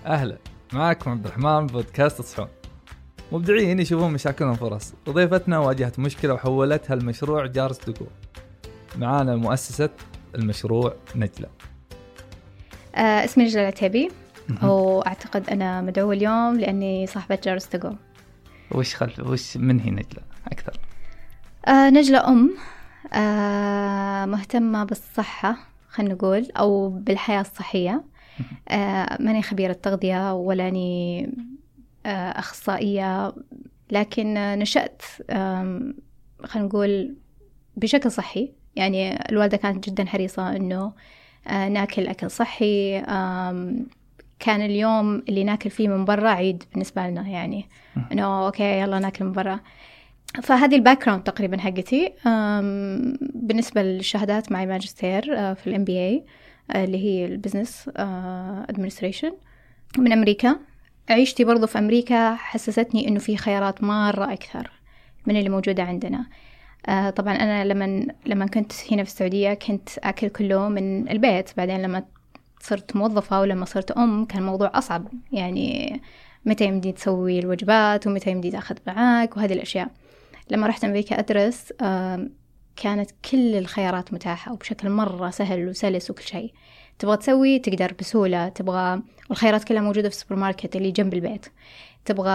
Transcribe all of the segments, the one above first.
أهلا، معكم عبد الرحمن بودكاست تصحون. مبدعين يشوفون مشاكلهم فرص، وضيفتنا واجهت مشكلة وحولتها لمشروع جارس ديكور. معانا مؤسسة المشروع نجلة. اسمي نجلة العتيبي، وأعتقد أنا مدعوة اليوم لأني صاحبة جارس ديكور. وش من هي نجلة أكثر؟ نجلة مهتمة بالصحة، خلينا نقول، أو بالحياة الصحية. ماني خبيرة تغذية ولا أني أخصائية، لكن نشأت خلينا نقول بشكل صحي. يعني الوالدة كانت جدا حريصة أنه ناكل أكل صحي. كان اليوم اللي ناكل فيه من برا عيد بالنسبة لنا، يعني أنه أوكي يلا ناكل من برا. فهذه الباكراوند تقريبا حقتي. بالنسبة للشهادات معي ماجستير في ال MBA اللي هي البزنس ادمنستريشن من أمريكا. عيشتي برضو في أمريكا حسستني إنه في خيارات مرة أكثر من اللي موجودة عندنا. طبعا أنا لما كنت هنا في السعودية كنت أكل كله من البيت. بعدين لما صرت موظفة ولما صرت كان الموضوع أصعب، يعني متى يمدي تسوي الوجبات ومتى يمدي تأخذ معاك وهذه الأشياء. لما رحت أمريكا أدرس كانت كل الخيارات متاحة وبشكل مرة سهل وسلس، وكل شيء تبغى تسوي تقدر بسهولة. تبغى والخيارات كلها موجودة في السوبر ماركت اللي جنب البيت. تبغى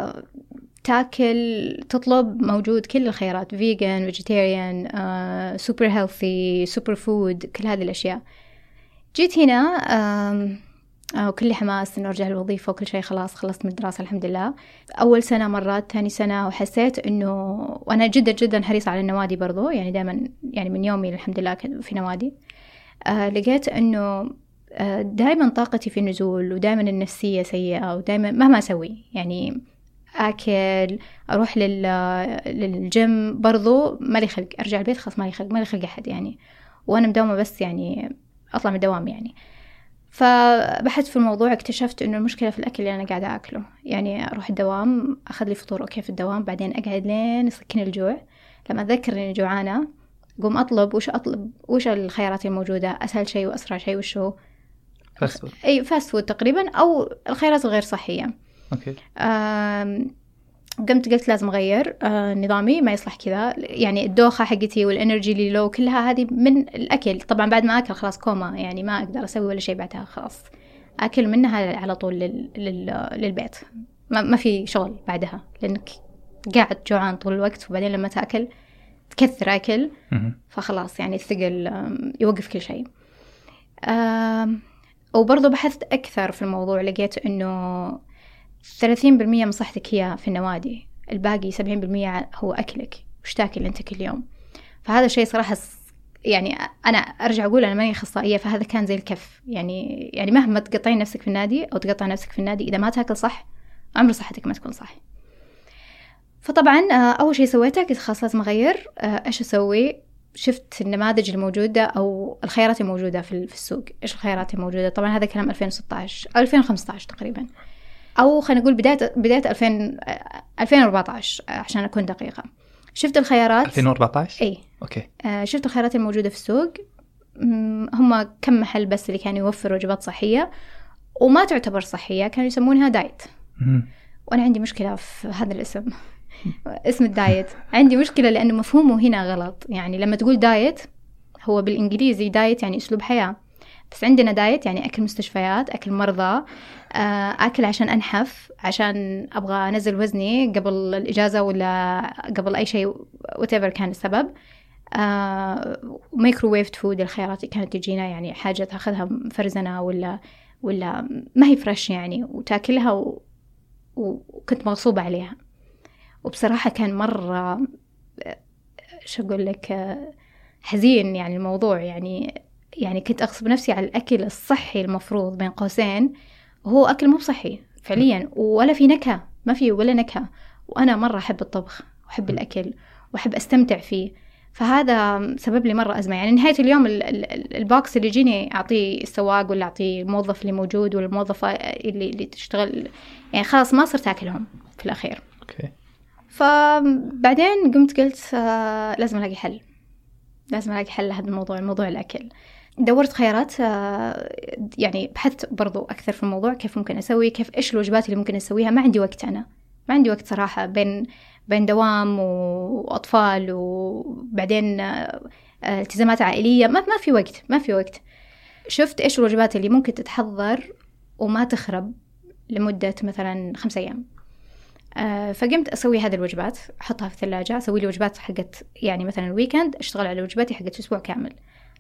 تاكل تطلب، موجود كل الخيارات، فيجن، فيجيتيريان، سوبر هيلثي، سوبر فود، كل هذه الأشياء. جيت هنا وكل حماس إنه أرجع الوظيفة وكل شيء. خلاص خلصت من الدراسة الحمد لله. أول سنة مرات، ثاني سنة، وحسيت إنه وأنا جدا جدا حريصة على النوادي برضو، يعني دائما، يعني من يومي الحمد لله في نوادي. لقيت إنه دائما طاقتي في النزول، ودائما النفسية سيئة، ودائما مهما أسوي يعني أكل، أروح للجيم برضو مالي خلق، أرجع البيت خلاص مالي خلق أحد يعني، وأنا مداومة بس يعني أطلع من الدوام يعني. فبحثت في الموضوع، اكتشفت إنه المشكلة في الأكل اللي أنا قاعدة أكله. يعني أروح الدوام أخذ لي فطور أوكي في الدوام، بعدين أقعد لين يسكني الجوع. لما أتذكر إني جوعانة قوم أطلب. وش الخيارات الموجودة؟ أسهل شيء وأسرع شيء وشو؟ فاست فود تقريبا، أو الخيارات الغير صحية. أوكي. قلت لازم أغير نظامي، ما يصلح كذا. يعني الدوخة حقتي والإنرجي اللي لو كلها هذه من الأكل. طبعا بعد ما أكل خلاص كوما، يعني ما أقدر أسوي ولا شيء بعدها، خلاص أكل منها على طول للبيت. ما في شغل بعدها، لأنك قاعد جوعان طول الوقت، وبعدين لما تأكل تكثر أكل فخلاص يعني الثقل يوقف كل شيء. وبرضو بحثت أكثر في الموضوع، لقيت إنه 30% من صحتك هي في النوادي، الباقي 70% هو أكلك، وش تاكل أنت كل يوم. فهذا الشيء صراحة يعني أنا أرجع أقول أنا ماني أخصائية، فهذا كان زي الكف. يعني مهما تقطعين نفسك في النادي أو تقطع نفسك في النادي، إذا ما تاكل صح عمر صحتك ما تكون صح. فطبعا أول شيء سويته قلت خلاص لازم أغير. إيش أسوي؟ شفت النماذج الموجودة أو الخيارات الموجودة في السوق. إيش الخيارات الموجودة؟ طبعا هذا كلام 2016 أو 2015 تقريبا، أو خلينا نقول بداية 2014 عشان أكون دقيقة. شفت الخيارات 2014. أي أوكي. شفت الخيارات الموجودة في السوق. هم كم محل بس اللي كانوا يوفروا وجبات صحية وما تعتبر صحية، كانوا يسمونها دايت. وأنا عندي مشكلة في هذا الاسم اسم الدايت. عندي مشكلة لأنه مفهومه هنا غلط. يعني لما تقول دايت، هو بالإنجليزي دايت يعني أسلوب حياة، بس عندنا دايت يعني أكل مستشفيات، أكل مرضى، أكل عشان أنحف، عشان أبغى أنزل وزني قبل الإجازة ولا قبل أي شيء whatever كان السبب. مايكروويف فود الخيارات كانت تجينا، يعني حاجة تأخذها مفرزنة ولا ما هي فريش يعني، وتأكلها وكنت مغصوبة عليها. وبصراحة كان مرة شو أقول لك حزين يعني الموضوع. يعني كنت أغصب نفسي على الأكل الصحي المفروض بين قوسين، وهو أكل مو صحي فعليا، ولا في نكهة، ما في ولا نكهة. وأنا مرة أحب الطبخ وأحب الأكل وأحب أستمتع فيه. فهذا سبب لي مرة أزمة. يعني نهاية اليوم البوكس اللي يجيني أعطيه السواق ولا أعطيه الموظف اللي موجود ولا الموظفة اللي تشتغل، يعني خلاص ما صرت أكلهم في الأخير. أوكي. فبعدين قلت لازم ألاقي حل لهذا الموضوع الأكل. دورت خيارات، يعني بحثت برضو أكثر في الموضوع، كيف ممكن أسوي، كيف إيش الوجبات اللي ممكن أسويها. ما عندي وقت، أنا ما عندي وقت صراحة، بين دوام وأطفال وبعدين التزامات عائلية، ما في وقت. شفت إيش الوجبات اللي ممكن تتحضر وما تخرب لمدة مثلا 5 أيام. فقمت أسوي هذه الوجبات، أحطها في الثلاجة، أسوي لي وجبات حقت يعني مثلا الويكند أشتغل على وجباتي حقت أسبوع كامل،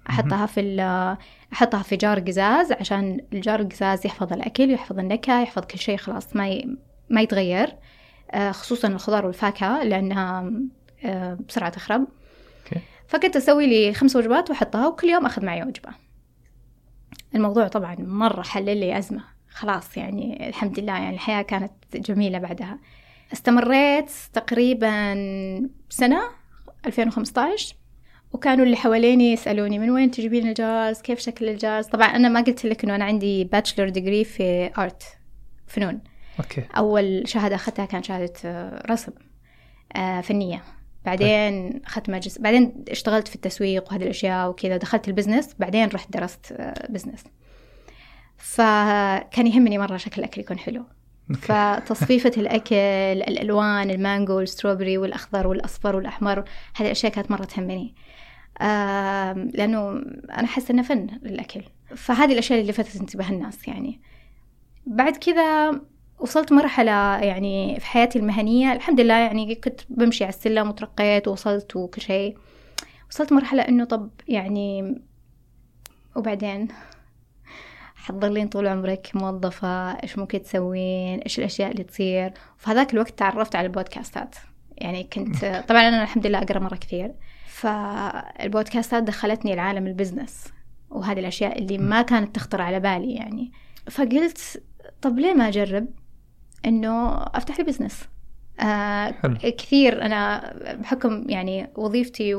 أحطها في جار قزاز، عشان الجار القزاز يحفظ الأكل، يحفظ النكهة، يحفظ كل شيء، خلاص ما يتغير، خصوصا الخضار والفاكهة لأنها بسرعة تخرب. فكنت أسوي لي 5 وجبات وأحطها، وكل يوم أخذ معي وجبة. الموضوع طبعا مرة حلل لي أزمة، خلاص يعني الحمد لله، يعني الحياة كانت جميلة بعدها. استمريت تقريبا سنة 2015، وكانوا اللي حواليني يسألوني من وين تجيبين الجارز، كيف شكل الجارز. طبعا أنا ما قلت لك إنه أنا عندي باتشلر ديجري في آرت، فنون. أوكي. أول شهادة أخذتها كان شهادة رسم فنية. بعدين أخذت بعدين اشتغلت في التسويق وهذه الأشياء وكذا، دخلت البزنس، بعدين رحت درست بزنس. فكان يهمني مرة شكل الأكل يكون حلو. فتصفيفة الأكل، الألوان، المانجو والستروبري والأخضر والأصفر والأحمر، هذه الأشياء كانت مرة تهمني، لأنه أنا حاسة إنه فن الأكل. فهذه الأشياء اللي لفتت انتباه الناس. يعني بعد كذا وصلت مرحلة يعني في حياتي المهنية، الحمد لله، يعني كنت بمشي على السلم وترقيت ووصلت وكل شيء. وصلت مرحلة إنه طب يعني وبعدين حتضلين طول عمرك موظفة، إيش ممكن تسوين، إيش الأشياء اللي تصير. وفي هذاك الوقت تعرفت على البودكاستات. يعني كنت طبعا أنا الحمد لله أقرأ مرة كثير، فالبودكاستات دخلتني لعالم البزنس وهذه الأشياء اللي ما كانت تخطر على بالي يعني. فقلت طب ليه ما أجرب إنه أفتح لي بزنس. كثير أنا بحكم يعني وظيفتي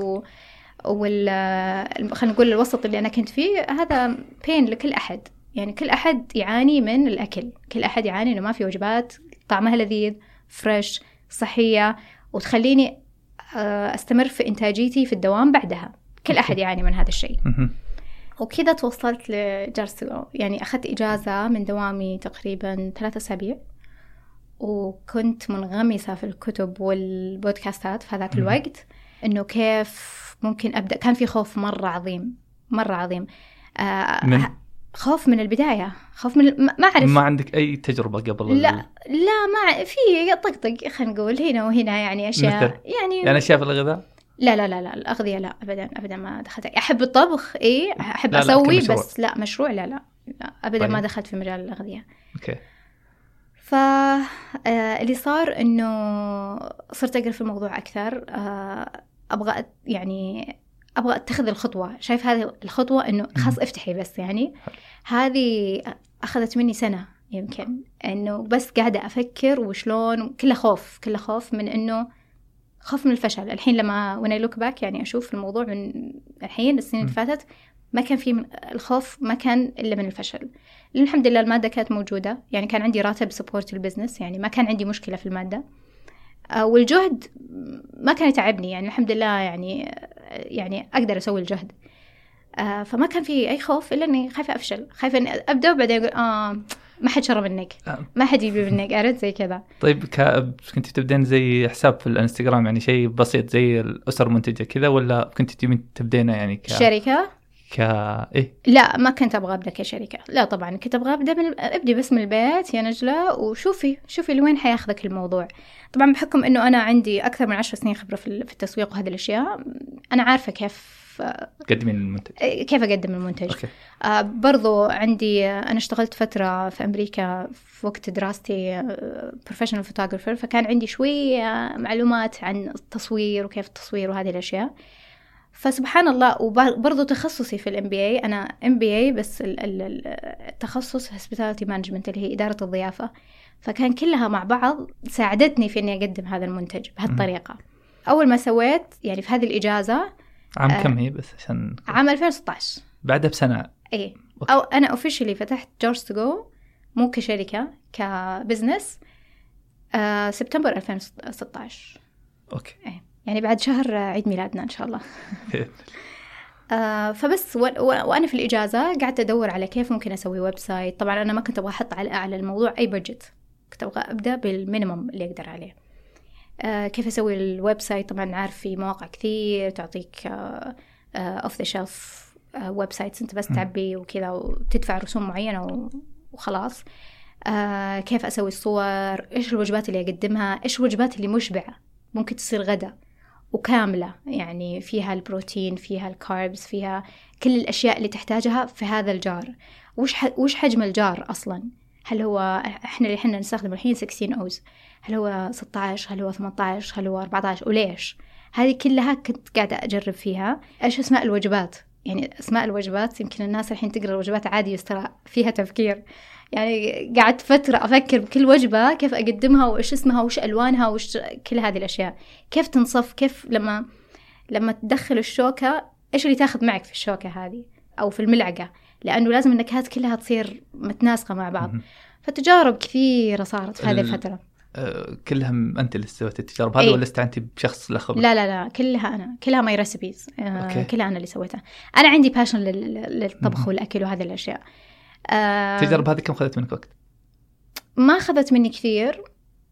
خلينا نقول الوسط اللي أنا كنت فيه، هذا بين لكل أحد. يعني كل أحد يعاني من الأكل، كل أحد يعاني إنه ما في وجبات طعمها لذيذ فريش صحية وتخليني أستمر في إنتاجيتي في الدوام بعدها. كل أحد يعاني من هذا الشيء. وكذا توصلت لجارز تو جو. يعني أخذت إجازة من دوامي تقريبا 3 أسابيع، وكنت منغمسة في الكتب والبودكاستات في هذاك الوقت، إنه كيف ممكن أبدأ. كان في خوف مرة عظيم، مرة عظيم. خوف من البداية، خوف من ما أعرف. ما عندك أي تجربة قبل؟ لا ما في طقطق، خلينا نقول هنا وهنا، يعني أشياء يعني أشياء في الغذاء. لا الأغذية لا أبدا ما دخلت. أحب الطبخ، أحب أسوي، بس لا مشروع لا أبدا. طيب. ما دخلت في مجال الأغذية. أوكي. اللي صار إنه صرت أقرأ في الموضوع أكثر. أبغى أتخذ الخطوة. شايف هذه الخطوة إنه خلاص افتحي بس. يعني هذه أخذت مني سنة يمكن، إنه بس قاعدة أفكر وشلون. كله خوف من إنه خوف من الفشل. الحين لما when I look back يعني أشوف الموضوع من الحين السنين اللي فاتت، ما كان في الخوف، ما كان إلا من الفشل. لأن الحمد لله المادة كانت موجودة، يعني كان عندي راتب سبورت البزنس، يعني ما كان عندي مشكلة في المادة. والجهد ما كان يتعبني، يعني الحمد لله يعني أقدر أسوي الجهد. فما كان في أي خوف إلا إني خايفة أفشل، خايفة إني أبدأ وبعدين أقول ما حد شرب منك، ما حد يبي منك، أرد زي كذا. طيب كنت تبدين زي حساب في الانستغرام، يعني شيء بسيط زي الأسر منتجة كذا، ولا كنت تبدينه يعني شركة؟ إيه؟ لا ما كنت أبغى أبدأ كشركة، لا طبعا كنت أبغى أبدأ بس من البيت يا نجلة، وشوفي لوين حياخذك الموضوع. طبعا بحكم إنه أنا عندي أكثر من 10 سنين خبرة في التسويق وهذه الأشياء، أنا عارفة كيف تقدمين المنتج، كيف أقدم المنتج. أوكي. برضو عندي أنا اشتغلت فترة في أمريكا في وقت دراستي professional photographer، فكان عندي شوية معلومات عن التصوير وكيف التصوير وهذه الأشياء. فسبحان الله. وبرضو تخصصي في الMBA، أنا MBA بس التخصص hospitality management اللي هي إدارة الضيافة. فكان كلها مع بعض ساعدتني في إني أقدم هذا المنتج بهالطريقة. أول ما سويت يعني في هذه الإجازة، عام كم هي بس عشان؟ عام 2016، بعدها بسنة. إيه. أو أنا officially فتحت جارز تو جو مو كشركة، كبزنس، سبتمبر 2016. أوكي. إيه. يعني بعد شهر عيد ميلادنا إن شاء الله. فبس وأنا في الإجازة قعدت أدور على كيف ممكن أسوي ويب سايت. طبعا أنا ما كنت أبغى أحط على الموضوع أي بجت، كنت أبغى أبدأ بالمينيمم اللي أقدر عليه. كيف أسوي الويب سايت؟ طبعا عارف في مواقع كثير تعطيك off the shelf ويب سايتس أنت بس تعبي وكذا وتدفع رسوم معينة وخلاص. كيف أسوي الصور، إيش الوجبات اللي أقدمها، إيش الوجبات اللي مشبعة ممكن تصير غدا وكاملة، يعني فيها البروتين، فيها الكاربس، فيها كل الأشياء اللي تحتاجها في هذا الجار. وش حجم الجار أصلاً؟ هل هو إحنا اللي إحنا نستخدم الحين 16 أوز، هل هو 16، هل هو 18، هل هو 14، وليش؟ هذه كلها كنت قاعدة أجرب فيها. إيش أسماء الوجبات؟ يعني أسماء الوجبات يمكن الناس الحين تقرأ الوجبات عادي، ترى فيها تفكير. يعني قعدت فترة أفكر بكل وجبة كيف أقدمها وإيش اسمها وإيش ألوانها وإيش كل هذه الأشياء، كيف تنصف، كيف لما تدخل الشوكة إيش اللي تاخذ معك في الشوكة هذه أو في الملعقة، لأنه لازم النكهات كلها تصير متناسقة مع بعض. فتجارب كثيرة صارت في هذه الفترة. كلها أنت اللي سويت التجارب هذه ولا استعنتي بشخص له خبرة؟ لا كلها أنا، كلها ماي ريسيبيز، كلها أنا اللي سويتها. أنا عندي باشن للطبخ والأكل وهذه الأشياء. التجارب هذه كم خذت منك وقت؟ ما أخذت مني كثير،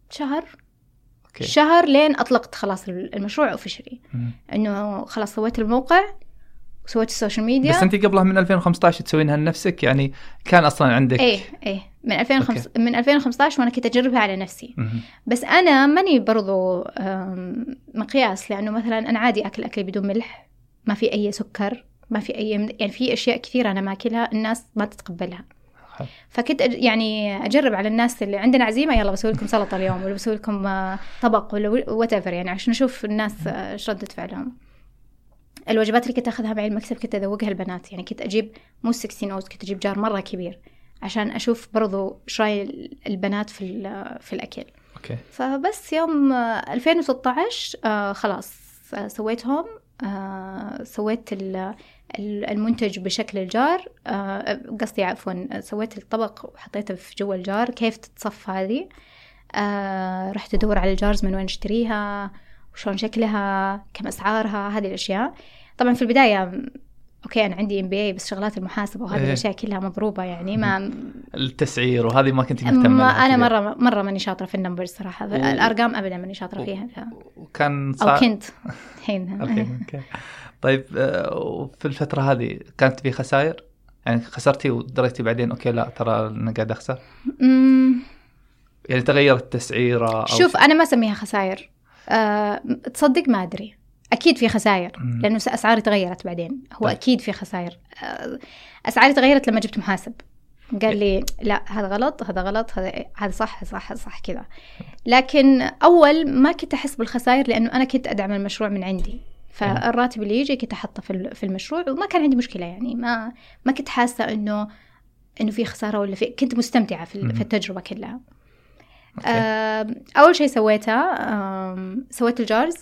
شهر لين أطلقت خلاص المشروع أوفيشلي، إنه خلاص سويت الموقع وسويت السوشيال ميديا. بس أنت قبلها من 2015 تسوينها لنفسك، يعني كان أصلا عندك؟ إيه من 2015 وأنا كنت أجربها على نفسي. بس أنا ماني برضو مقياس، لأنه مثلا أنا عادي أكل بدون ملح، ما في أي سكر، ما في أي يعني في أشياء كثيرة أنا ما أكلها الناس ما تتقبلها. فكنت يعني أجرب على الناس اللي عندنا عزيمة، يلا بسوي لكم سلطة اليوم ولا بسوي لكم طبق ولا whatever، يعني عشان نشوف الناس إيش ردة فعلهم. الوجبات اللي كنت أخذها معي المكتب كنت أذوقها البنات، يعني كنت أجيب مو 16 أوز، كنت أجيب جار مرة كبير عشان أشوف برضو إيش رأي البنات في الأكل. فبس يوم 2016 خلاص سويتهم، سويت المنتج بشكل الجار، قصدي عفوا سويت الطبق وحطيته في جوا الجار. كيف تتصف هذه؟ رحت أدور على الجارز من وين اشتريها وشون شكلها، كم أسعارها، هذه الأشياء. طبعا في البداية أوكي أنا عندي MBA بس شغلات المحاسبة وهذه الأشياء كلها مضروبة، يعني ما التسعير وهذه ما كنت مهتمة. أنا مرة ماني شاطرة في النمبرز صراحة، الأرقام أبدا ماني شاطرة فيها. وكان أو كنت حين أوكي. طيب في الفترة هذه كانت في خسائر؟ يعني خسرتي ودريتي بعدين أوكي لا ترى أنا قاعد أخسر؟ يعني تغيرت التسعيرة؟ شوف أنا ما أسميها خسائر، تصدق ما أدري، أكيد في خسائر لأنه أسعاري تغيرت بعدين. هو أكيد في خسائر. أسعاري تغيرت لما جبت محاسب قال لي لا هذا غلط، هذا صح كذا. لكن أول ما كنت أحس بالخسائر لأنه أنا كنت أدعم المشروع من عندي، فالراتب اللي يجي كنت أحطه في المشروع وما كان عندي مشكلة، يعني ما كنت حاسة إنه في خسارة ولا كنت مستمتعة في التجربة كلها. أول شيء سويت الجارز.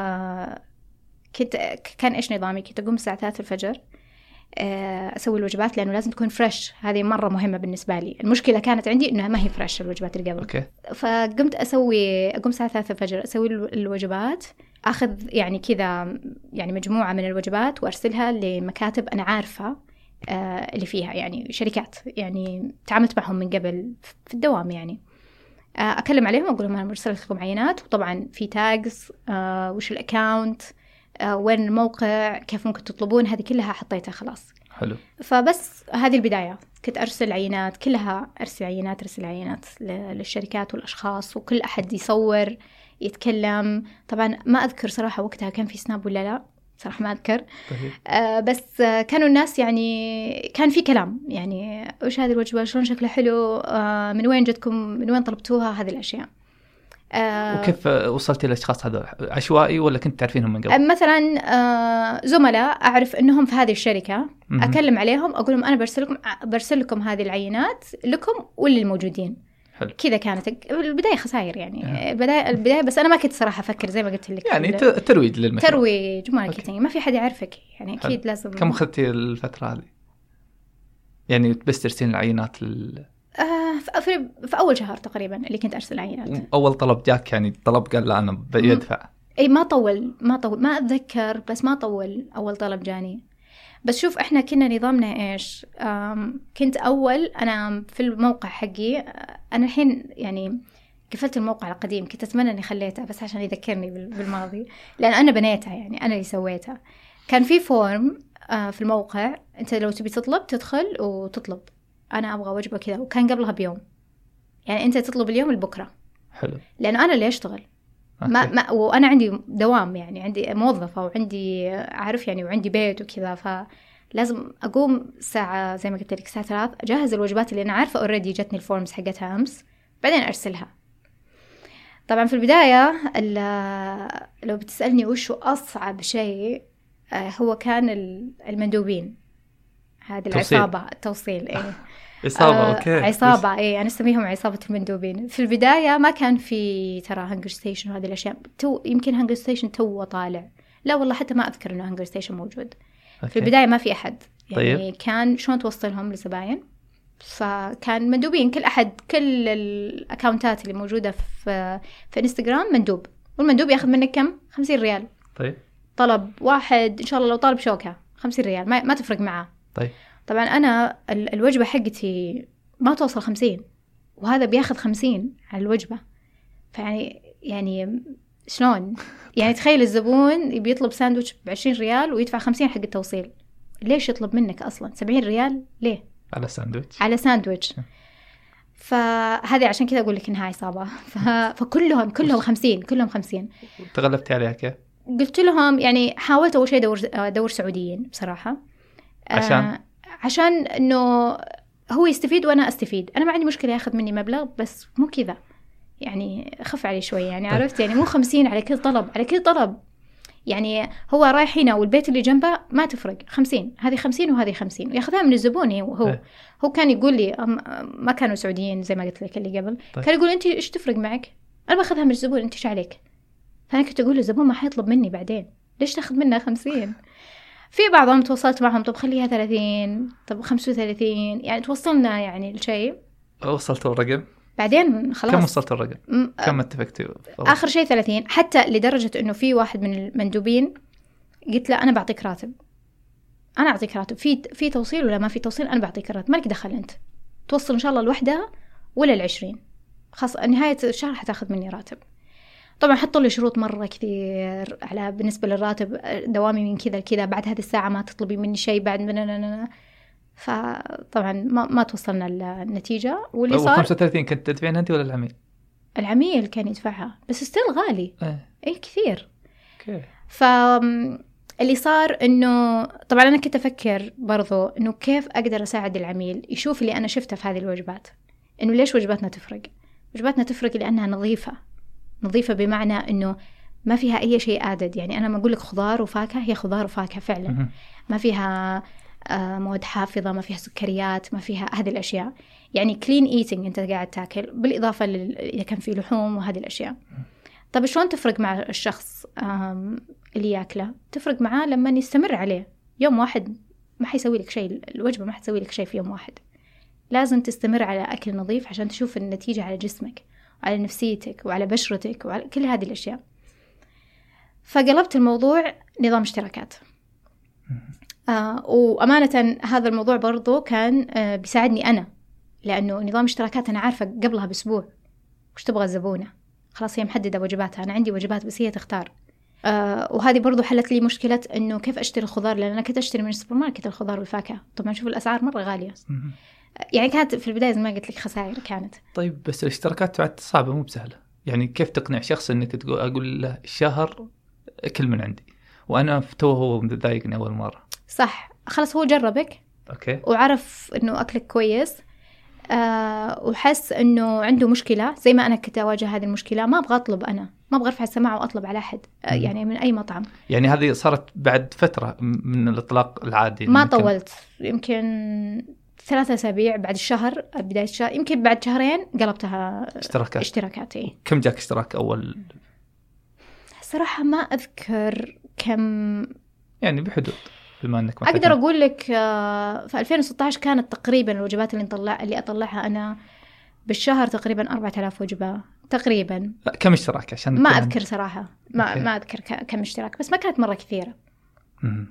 كان إيش نظامي؟ كنت أقوم الساعة 3 الفجر أسوي الوجبات لأنه لازم تكون فريش، هذه مرة مهمة بالنسبة لي. المشكلة كانت عندي إنها ما هي فريش الوجبات اللي قبل. فقمت أقوم الساعة 3 الفجر أسوي الوجبات، أخذ يعني كذا يعني مجموعة من الوجبات وأرسلها لمكاتب أنا عارفة اللي فيها، يعني شركات يعني تعاملت معهم من قبل في الدوام، يعني أكلم عليهم وأقول لهم أنا مرسلت لكم عينات، وطبعا في تاجز وش الأكاونت، وين الموقع، كيف ممكن تطلبون، هذه كلها حطيتها خلاص. حلو. فبس هذه البداية، كنت أرسل عينات كلها، أرسل عينات للشركات والأشخاص، وكل أحد يصور يتكلم. طبعا ما أذكر صراحة وقتها كان في سناب ولا لا، صراحة ما أذكر. بس كانوا الناس يعني كان في كلام، يعني وش هذه الوجبة، شلون شكلها حلو، من وين جتكم، من وين طلبتوها، هذه الأشياء. وكيف وصلتي للأشخاص هذول؟ عشوائي ولا كنت تعرفينهم من قبل؟ مثلا زملاء أعرف إنهم في هذه الشركة، أكلم عليهم أقول لهم أنا برسل لكم هذه العينات لكم وللموجودين. كذا كانت البداية خسائر، يعني البداية بس أنا ما كنت صراحة أفكر زي ما قلت لك، يعني ترويج للمشروع، ترويج ماركتينج، ما في حد يعرفك، يعني أكيد حلو. لازم. كم أخذتي الفترة هذه؟ يعني بس ترسلين العينات في أول شهر تقريبا اللي كنت أرسل عينات. أول طلب جاك يعني طلب قال لا أنا بدفع؟ أي ما طول ما أتذكر، بس ما طول أول طلب جاني. بس شوف إحنا كنا نظامنا إيش. كنت أول أنا في الموقع حقي، أنا الحين يعني قفلت الموقع القديم، كنت أتمنى إني خليته بس عشان يذكرني بالماضي، لأن أنا بنيتها، يعني أنا اللي سويتها. كان في فورم في الموقع، أنت لو تبي تطلب تدخل وتطلب أنا أبغى وجبة كذا، وكان قبلها بيوم، يعني أنت تطلب اليوم لبكرة. حلو. لأنه أنا اللي أشتغل ما وأنا عندي دوام، يعني عندي موظفة وعندي عارف يعني وعندي بيت وكذا، فلازم أقوم ساعة زي ما قلت لك الساعة 3 أجهز الوجبات اللي أنا عارفة أوريدي جتني الفورمز حقتها أمس، بعدين أرسلها. طبعا في البداية لو بتسألني وشو أصعب شيء، هو كان المندوبين، هذه العصابة التوصيل. إيه عصابة. أوكي. عصابة. إيه أنا أسميهم عصابة المندوبين. في البداية ما كان في ترى هانجر ستيشن وهذه الأشياء، يمكن هانجر ستيشن تو طالع، لا والله حتى ما أذكر إنه هانجر ستيشن موجود. أوكي. في البداية ما في أحد، يعني طيب. كان شلون توصلهم للزباين، فكان مندوبين، كل أحد، كل الأكاونتات اللي موجودة في إنستغرام مندوب، والمندوب ياخذ منك كم؟ 50 ريال. طيب. طلب واحد إن شاء الله لو طالب شوكة 50 ريال، ما تفرق معه. طيب. طبعا أنا الوجبة حقتي ما توصل 50، وهذا بياخذ 50 على الوجبة، يعني شلون؟ يعني تخيل الزبون بيطلب ساندويتش ب20 ريال ويدفع 50 حق التوصيل، ليش يطلب منك أصلا 70 ريال؟ ليه؟ على ساندويتش. فهذه عشان كذا أقول لك إنها عصابة. فكلهم 50، كلهم 50. تغلبت عليها كيف؟ قلت لهم يعني حاولت أول شيء أدور سعوديين بصراحة، عشان إنه هو يستفيد وأنا أستفيد. أنا ما عندي مشكلة ياخذ مني مبلغ، بس مو كذا، يعني خف عليه شوي، يعني عرفت، يعني مو 50 على كل طلب. يعني هو رايح هنا والبيت اللي جنبه ما تفرق، 50 هذه 50 وهذه 50، وياخذها من الزبون. هو كان يقول لي ما كانوا سعوديين زي ما قلت لك اللي قبل. طيب. كان يقول أنت إيش تفرق معك؟ أنا باخذها من الزبون، أنت إيش عليك؟ فأنا كنت أقول الزبون ما حيطلب مني بعدين، ليش تاخذ منه 50؟ في بعضهم تواصلت معهم، طب خليها 30، طب 35، يعني توصلنا يعني الشيء. وصلت الرقم بعدين خلاص. كم وصلت الرقم؟ كم اتفقتوا؟ آخر شيء 30، حتى لدرجة إنه في واحد من المندوبين قلت له أنا بعطيك راتب، أنا أعطيك راتب في توصيل ولا ما في توصيل، أنا بعطيك راتب، مالك دخل أنت، توصل إن شاء الله الوحدة ولا 20، خلاص نهاية الشهر حتاخذ مني راتب. طبعا حطوا لي شروط مرة كثير على بالنسبة للراتب، دوامي من كذا لكذا، بعد هذه الساعة ما تطلبي مني شيء، بعد من فطبعا ما توصلنا النتيجة. واللي صار 35 كنت تدفعين أنت ولا العميل؟ العميل كان يدفعها، بس ستيل غالي. إيه كثير. فاللي صار إنه طبعا أنا كنت أفكر برضو إنه كيف أقدر أساعد العميل يشوف اللي أنا شفته في هذه الوجبات، إنه ليش وجباتنا تفرق. وجباتنا تفرق لأنها نظيفة بمعنى إنه ما فيها أي شيء آدد. يعني أنا ما أقول لك خضار وفاكهة، هي خضار وفاكهة فعلا، ما فيها مواد حافظة، ما فيها سكريات، ما فيها هذه الأشياء، يعني clean eating، أنت قاعد تاكل، بالإضافة إذا كان في لحوم وهذه الأشياء. طب شلون تفرق مع الشخص اللي ياكله؟ تفرق معاه لما يستمر عليه. يوم واحد ما حيسوي لك شيء، الوجبة ما حتسوي لك شيء في يوم واحد، لازم تستمر على أكل نظيف عشان تشوف النتيجة على جسمك وعلى نفسيتك وعلى بشرتك وعلى كل هذه الأشياء. فقلبت الموضوع نظام اشتراكات. وأمانة هذا الموضوع برضو كان بيساعدني أنا، لأنه نظام اشتراكات أنا عارفة قبلها بأسبوع وش تبغى الزبونة، خلاص هي محددة وجباتها، أنا عندي وجبات بس هي تختار. وهذه برضو حلت لي مشكلة إنه كيف أشتري الخضار، لأن أنا كنت أشتري من السوبر ماركت الخضار والفاكهة، طبعا شوف الأسعار مرة غالية. يعني كانت في البداية زي ما قلت لك خسائر كانت. طيب بس الاشتراكات تعد صعبة مو بسهلة، يعني كيف تقنع شخص إنك أقول له الشهر أكل من عندي وأنا هو متضايقني أول مرة؟ صح، خلاص هو جربك أوكي وعرف إنه أكلك كويس، وحس إنه عنده مشكلة زي ما أنا كنت أواجه هذه المشكلة. ما أبغى أطلب، أنا ما أبغى أرفع السماعة وأطلب على أحد يعني من أي مطعم. يعني هذه صارت بعد فترة من الإطلاق العادي؟ ما طولت، يمكن 3 أسابيع بعد الشهر، بداية الشهر، يمكن بعد شهرين قلبتها اشتراكات. كم جاك اشتراك أول؟ صراحة ما أذكر كم، يعني بحدود، بما أنك ما أقدر أقول لك في 2016 كانت تقريبا الوجبات اللي أطلعها أنا بالشهر تقريبا 4000 وجبة تقريبا. لا كم اشتراك عشان ما أذكر صراحة، ما أذكر كم اشتراك، بس ما كانت مرة كثيرة.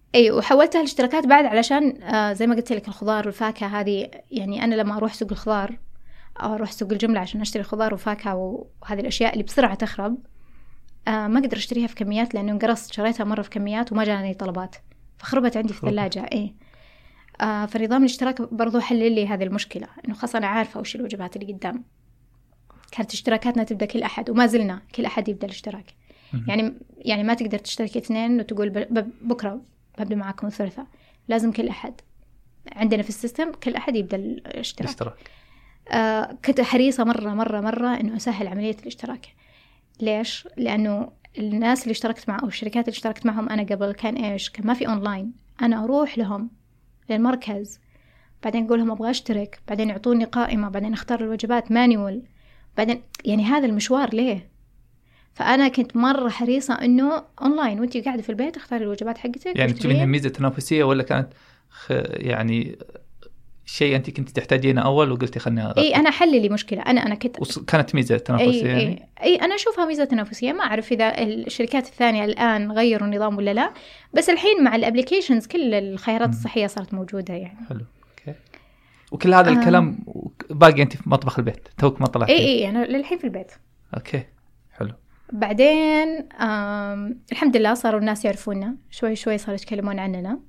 اي وحولتها الاشتراكات بعد علشان زي ما قلت لك الخضار والفاكهة هذه، يعني أنا لما أروح سوق الخضار أو أروح سوق الجملة عشان أشتري خضار وفاكهة وهذه الأشياء اللي بسرعة تخرب، ما أقدر أشتريها في كميات لأنه انقرصت، شريتها مرة في كميات وما جاني طلبات فخربت عندي في الثلاجة. إيه فنظام الاشتراك برضو حل لي هذه المشكلة، إنه خلاص أنا عارفة وش الوجبات اللي قدام. كانت اشتراكاتنا تبدأ كل أحد وما زلنا كل أحد يبدأ الاشتراك. يعني ما تقدر تشترك 2 وتقول بكرة ببدأ معاكم الثلاثاء، لازم كل أحد عندنا في السيستم كل أحد يبدأ الاشتراك. كنت حريصة مرة إنه أسهل عملية الاشتراك. ليش؟ لأنه الناس اللي اشتركت مع أو الشركات اللي اشتركت معهم أنا قبل كان ما في أونلاين، أنا أروح لهم للمركز بعدين أقول لهم أبغى أشترك، بعدين يعطوني قائمة، بعدين أختار الوجبات مانيول، بعدين يعني هذا المشوار ليه؟ فأنا كنت مرة حريصة إنه أونلاين وأنتي قاعدة في البيت اختاري الوجبات حقتك. يعني تبي منها ميزة تنافسية ولا كانت يعني شيء أنت كنت تحتاجينه أول وقلتي خلني إيه أنا حل لي مشكلة. أنا كنت كانت ميزة تنافسية. يعني أي أنا أشوفها ميزة تنافسية. ما أعرف إذا الشركات الثانية الآن غيروا النظام ولا لا، بس الحين مع الابليكيشنز كل الخيارات الصحية صارت موجودة يعني. حلو. أوكي. وكل هذا الكلام باقي أنت في مطبخ البيت توك ما طلعتي؟ إيه أنا للحين في البيت. أوكي حلو. بعدين الحمد لله صاروا الناس يعرفونا شوي صاروا يتكلمون عننا.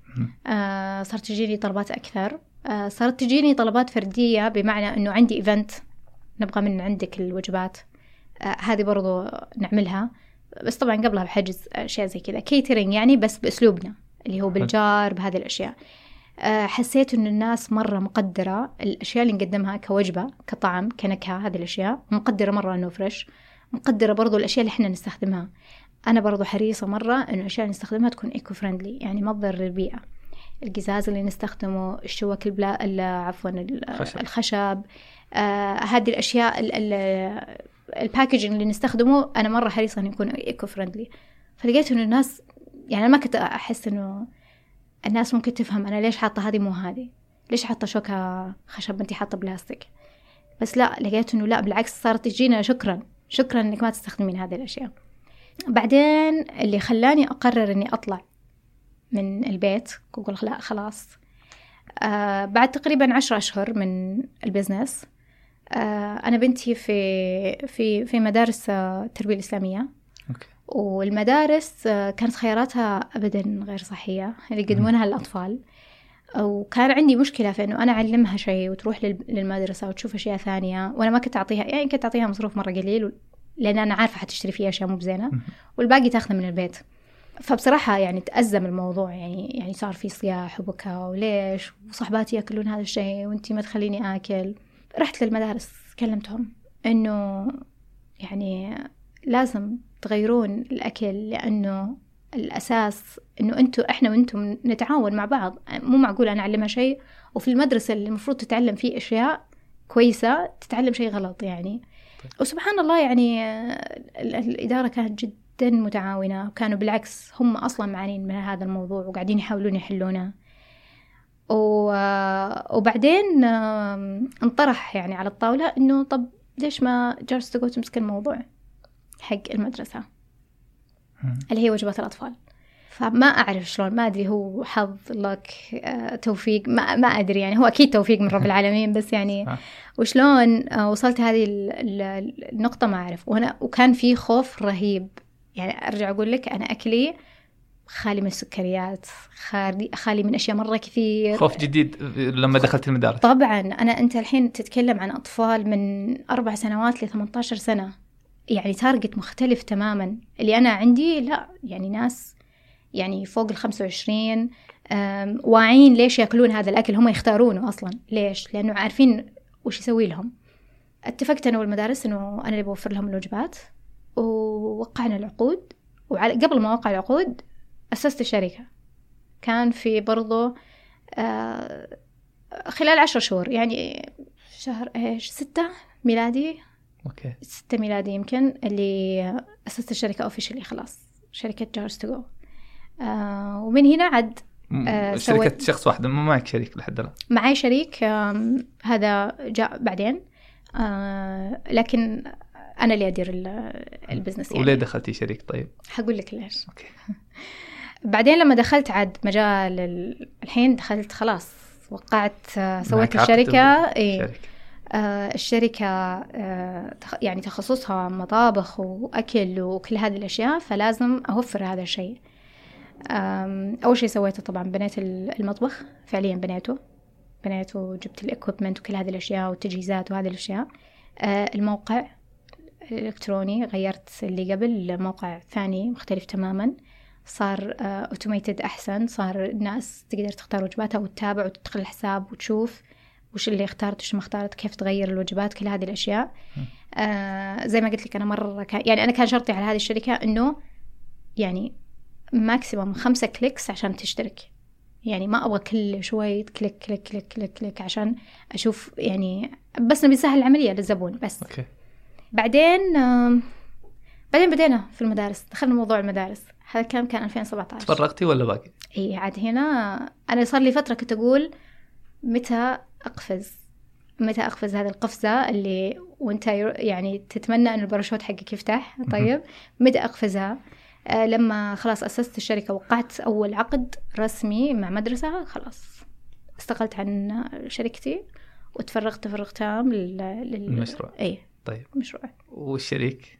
صارت تجيني طلبات أكثر. صارت تجيني طلبات فردية، بمعنى أنه عندي إيفنت نبغى من عندك الوجبات، هذه برضو نعملها، بس طبعا قبلها بحجز أشياء زي كذا كيترينج يعني، بس بأسلوبنا اللي هو بالجار بهذه الأشياء. حسيت أن الناس مرة مقدرة الأشياء اللي نقدمها كوجبة كطعم كنكهة، هذه الأشياء مقدرة مرة أنه فريش، مقدرة برضو الأشياء اللي إحنا نستخدمها. أنا برضو حريصة مرة إنه الأشياء اللي نستخدمها تكون إيكو فريندلي، يعني ما تضر البيئة. القزاز اللي نستخدمه، الشوك الخشب، هذه الأشياء الباكيجينج اللي نستخدمه أنا مرة حريصة إنه يكون إيكو فريندلي. فلقيت إنه الناس، يعني ما كنت أحس إنه الناس ممكن تفهم أنا ليش حاطة هذه مو هذه، ليش حاطة شوكة خشب أنتي حاطة بلاستيك، بس لا، لقيت إنه لا بالعكس صارت تجينا شكرا إنك ما تستخدمين هذه الأشياء. بعدين اللي خلاني أقرر إني أطلع من البيت أقول لا خلاص، بعد تقريبا 10 أشهر من البزنس، أنا بنتي في مدارس التربية الإسلامية. أوكي. والمدارس كانت خياراتها أبدا غير صحية اللي يقدمونها للأطفال، وكان عندي مشكلة في أنه أنا أعلمها شيء وتروح للمدرسة وتشوف أشياء ثانية، وأنا ما كنت أعطيها، يعني كنت أعطيها مصروف مرة قليل لأن أنا عارفة حتشتري فيها أشياء مو بزينة، والباقي تأخذ من البيت. فبصراحة يعني تأزم الموضوع، يعني صار في صياح وبكاء وليش وصحباتي يأكلون هذا الشيء وانتي ما تخليني آكل. رحت للمدارس كلمتهم إنه يعني لازم تغيرون الأكل، لأنه الأساس إنه إحنا وإنتم نتعاون مع بعض. مو معقول أنا أعلمها شيء وفي المدرسة اللي المفروض تتعلم فيه أشياء كويسة تتعلم شيء غلط يعني. وسبحان الله يعني الإدارة كانت جدا متعاونة، وكانوا بالعكس هم أصلا معانين من هذا الموضوع وقاعدين يحاولون يحلونه. وبعدين انطرح يعني على الطاولة إنه طب ليش ما جارس تو جو تمسك الموضوع حق المدرسة اللي هي وجبات الأطفال. فما أعرف شلون، ما أدري هو حظ لك توفيق، ما أدري يعني، هو أكيد توفيق من رب العالمين، بس يعني وشلون وصلت هذه النقطة ما أعرف. وكان في خوف رهيب، يعني أرجع أقول لك أنا أكلي خالي من السكريات، خالي من أشياء مرة كثير. خوف جديد لما دخلت المدارس. طبعا أنت الحين تتكلم عن أطفال من 4 سنوات ل 18 سنة، يعني تارجت مختلف تماما. اللي أنا عندي لا، يعني ناس يعني فوق 25 واعين ليش يأكلون هذا الأكل، هم يختارونه أصلا. ليش؟ لأنه عارفين وش يسوي لهم. اتفقت أنا والمدارس أنه أنا اللي بوفر لهم الوجبات، ووقعنا العقود. وقبل ما وقع العقود أسست الشركة، كان في برضو خلال 10 شهور، يعني شهر 6 ميلادي. أوكي. 6 ميلادي يمكن اللي أسست الشركة أوفيشلي، خلاص شركة جارس تو جو. ومن هنا عد شركة شخص واحد، ما معك شريك لحد الآن؟ معي شريك، هذا جاء بعدين، لكن أنا اللي أدير البزنس يعني. وليه دخلتي شريك؟ طيب هقول لك ليش. أوكي. بعدين لما دخلت عاد مجال الحين دخلت خلاص وقعت سويت الشركة. الشركة يعني تخصصها مطابخ وأكل وكل هذه الأشياء، فلازم أوفر هذا الشيء. أول شيء سويته طبعا بنيت المطبخ، فعليا بنيته وجبت الإكويبمنت وكل هذه الأشياء والتجهيزات وهذه الأشياء. الموقع الإلكتروني غيرت اللي قبل، موقع ثاني مختلف تماما، صار أوتوميتد أحسن، صار الناس تقدر تختار وجباتها وتتابع وتدخل الحساب وتشوف وش اللي اختارت وش ما اختارت، كيف تغير الوجبات، كل هذه الأشياء. زي ما قلت لك أنا مرة يعني أنا كان شرطي على هذه الشركة إنه يعني ماكسيموم 5 كليكس عشان تشترك، يعني ما أبغى كل شوي كليك كليك كليك كليك كليك عشان أشوف، يعني بس نبي نسهل العملية للزبون بس. أوكي. بعدين بدينا في المدارس، دخلنا موضوع المدارس. هذا الكلام كان 2017. تفرغتي ولا باقي؟ إيه عاد هنا أنا صار لي فترة كنت أقول متى أقفز هذه القفزة اللي وانت يعني تتمنى أن الباراشوت حقك يفتح. طيب متى أقفزها؟ لما خلاص أسست الشركة، وقعت أول عقد رسمي مع مدرسة، خلاص استقلت عن شركتي وتفرغت تفرغ تام للمشروع. إيه طيب مشروع. والشريك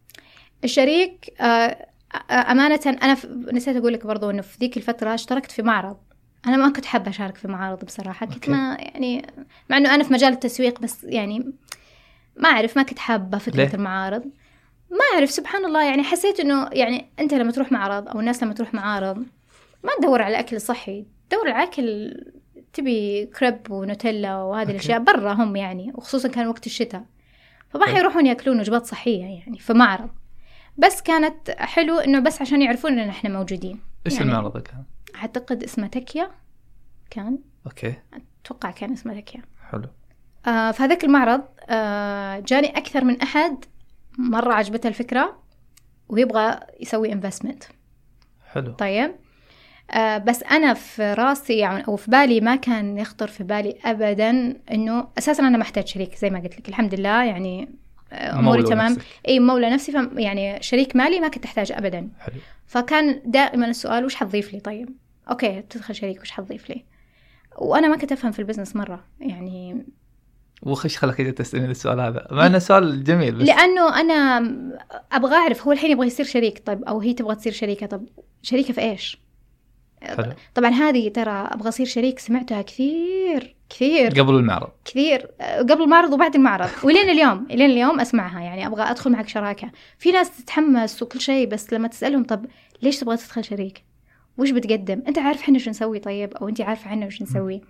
أمانة أنا نسيت أقول لك برضو إنه في ذيك الفترة اشتركت في معرض. أنا ما كنت حابة أشارك في معارض بصراحة، كنت ما يعني مع إنه أنا في مجال التسويق، بس يعني ما أعرف، ما كنت حابة فكرة المعارض. ما أعرف سبحان الله، يعني حسيت إنه يعني أنت لما تروح معرض أو الناس لما تروح معارض ما تدور على أكل صحي، تدور على أكل، تبي كريب ونوتيلا وهذه الأشياء برا هم يعني، وخصوصا كان وقت الشتاء، فما حيروحون يأكلون وجبات صحية يعني في معرض. بس كانت حلو إنه بس عشان يعرفون إن إحنا موجودين. إيش يعني المعرض كان؟ أعتقد اسمه تكيا كان. أوكي. أتوقع كان اسمه تكيا. حلو. في هذاك المعرض جاني أكثر من أحد مرة عجبته الفكرة ويبغى يسوي investment. حلو. طيب بس أنا في راسي يعني أو في بالي ما كان يخطر في بالي أبدا إنه أساسا أنا محتاج شريك، زي ما قلت لك الحمد لله يعني أموري تمام. أي مولى نفسي، يعني شريك مالي ما كنت أحتاج أبدا. حلو. فكان دائما السؤال وش حتضيف لي؟ طيب أوكي تدخل شريك وش حتضيف لي؟ وأنا ما كنت أفهم في البزنس مرة يعني. وخش خلك تسألني السؤال هذا، مع أنه سؤال جميل بس لأنه أنا أبغى أعرف هو الحين يبغى يصير شريك، طيب أو هي تبغى تصير شريكة، طب شريكة في إيش؟ حلو. طبعا هذه ترى أبغى أصير شريك سمعتها كثير قبل المعرض، كثير قبل المعرض وبعد المعرض، ولين اليوم أسمعها، يعني أبغى أدخل معك شراكة. في ناس تتحمس وكل شيء، بس لما تسألهم طب ليش تبغى تدخل شريك؟ وش بتقدم؟ أنت عارف حنا شو نسوي طيب، أو أنت عارفة حنا وش نسوي؟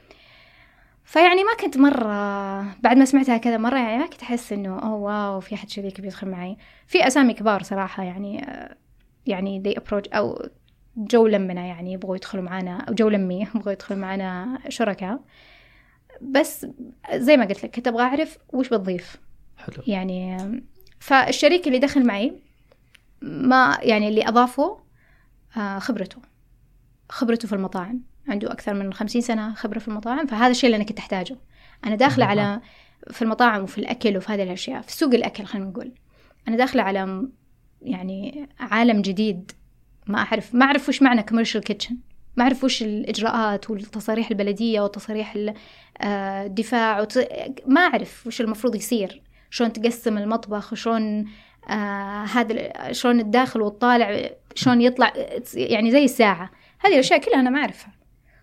فيعني ما كنت مرة بعد ما سمعتها كذا مرة يعني ما كنت أحس إنه أوه واو في أحد شريك بيدخل معي. في أسامي كبار صراحة يعني they approach أو جو لمنا يعني يبغوا يدخلوا معنا، أو جو لمي يبغوا يدخلوا معنا شركاء، بس زي ما قلت لك كنت أبغى أعرف وش بتضيف. حلو. يعني فالشريك اللي دخل معي ما يعني اللي أضافه خبرته في المطاعم، عنده أكثر من 50 سنة خبرة في المطاعم، فهذا الشيء اللي أنا كنت أحتاجه. أنا داخلة على في المطاعم وفي الأكل وفي هذه الأشياء، في سوق الأكل خلينا نقول، أنا داخلة على يعني عالم جديد، ما أعرف وش معنى commercial kitchen، ما أعرف وش الإجراءات والتصاريح البلدية وتصاريح الدفاع ما أعرف وش المفروض يصير، شلون تقسم المطبخ، وشلون شلون الداخل والطالع شلون يطلع، يعني زي الساعة. هذه الأشياء كلها أنا ما أعرفها.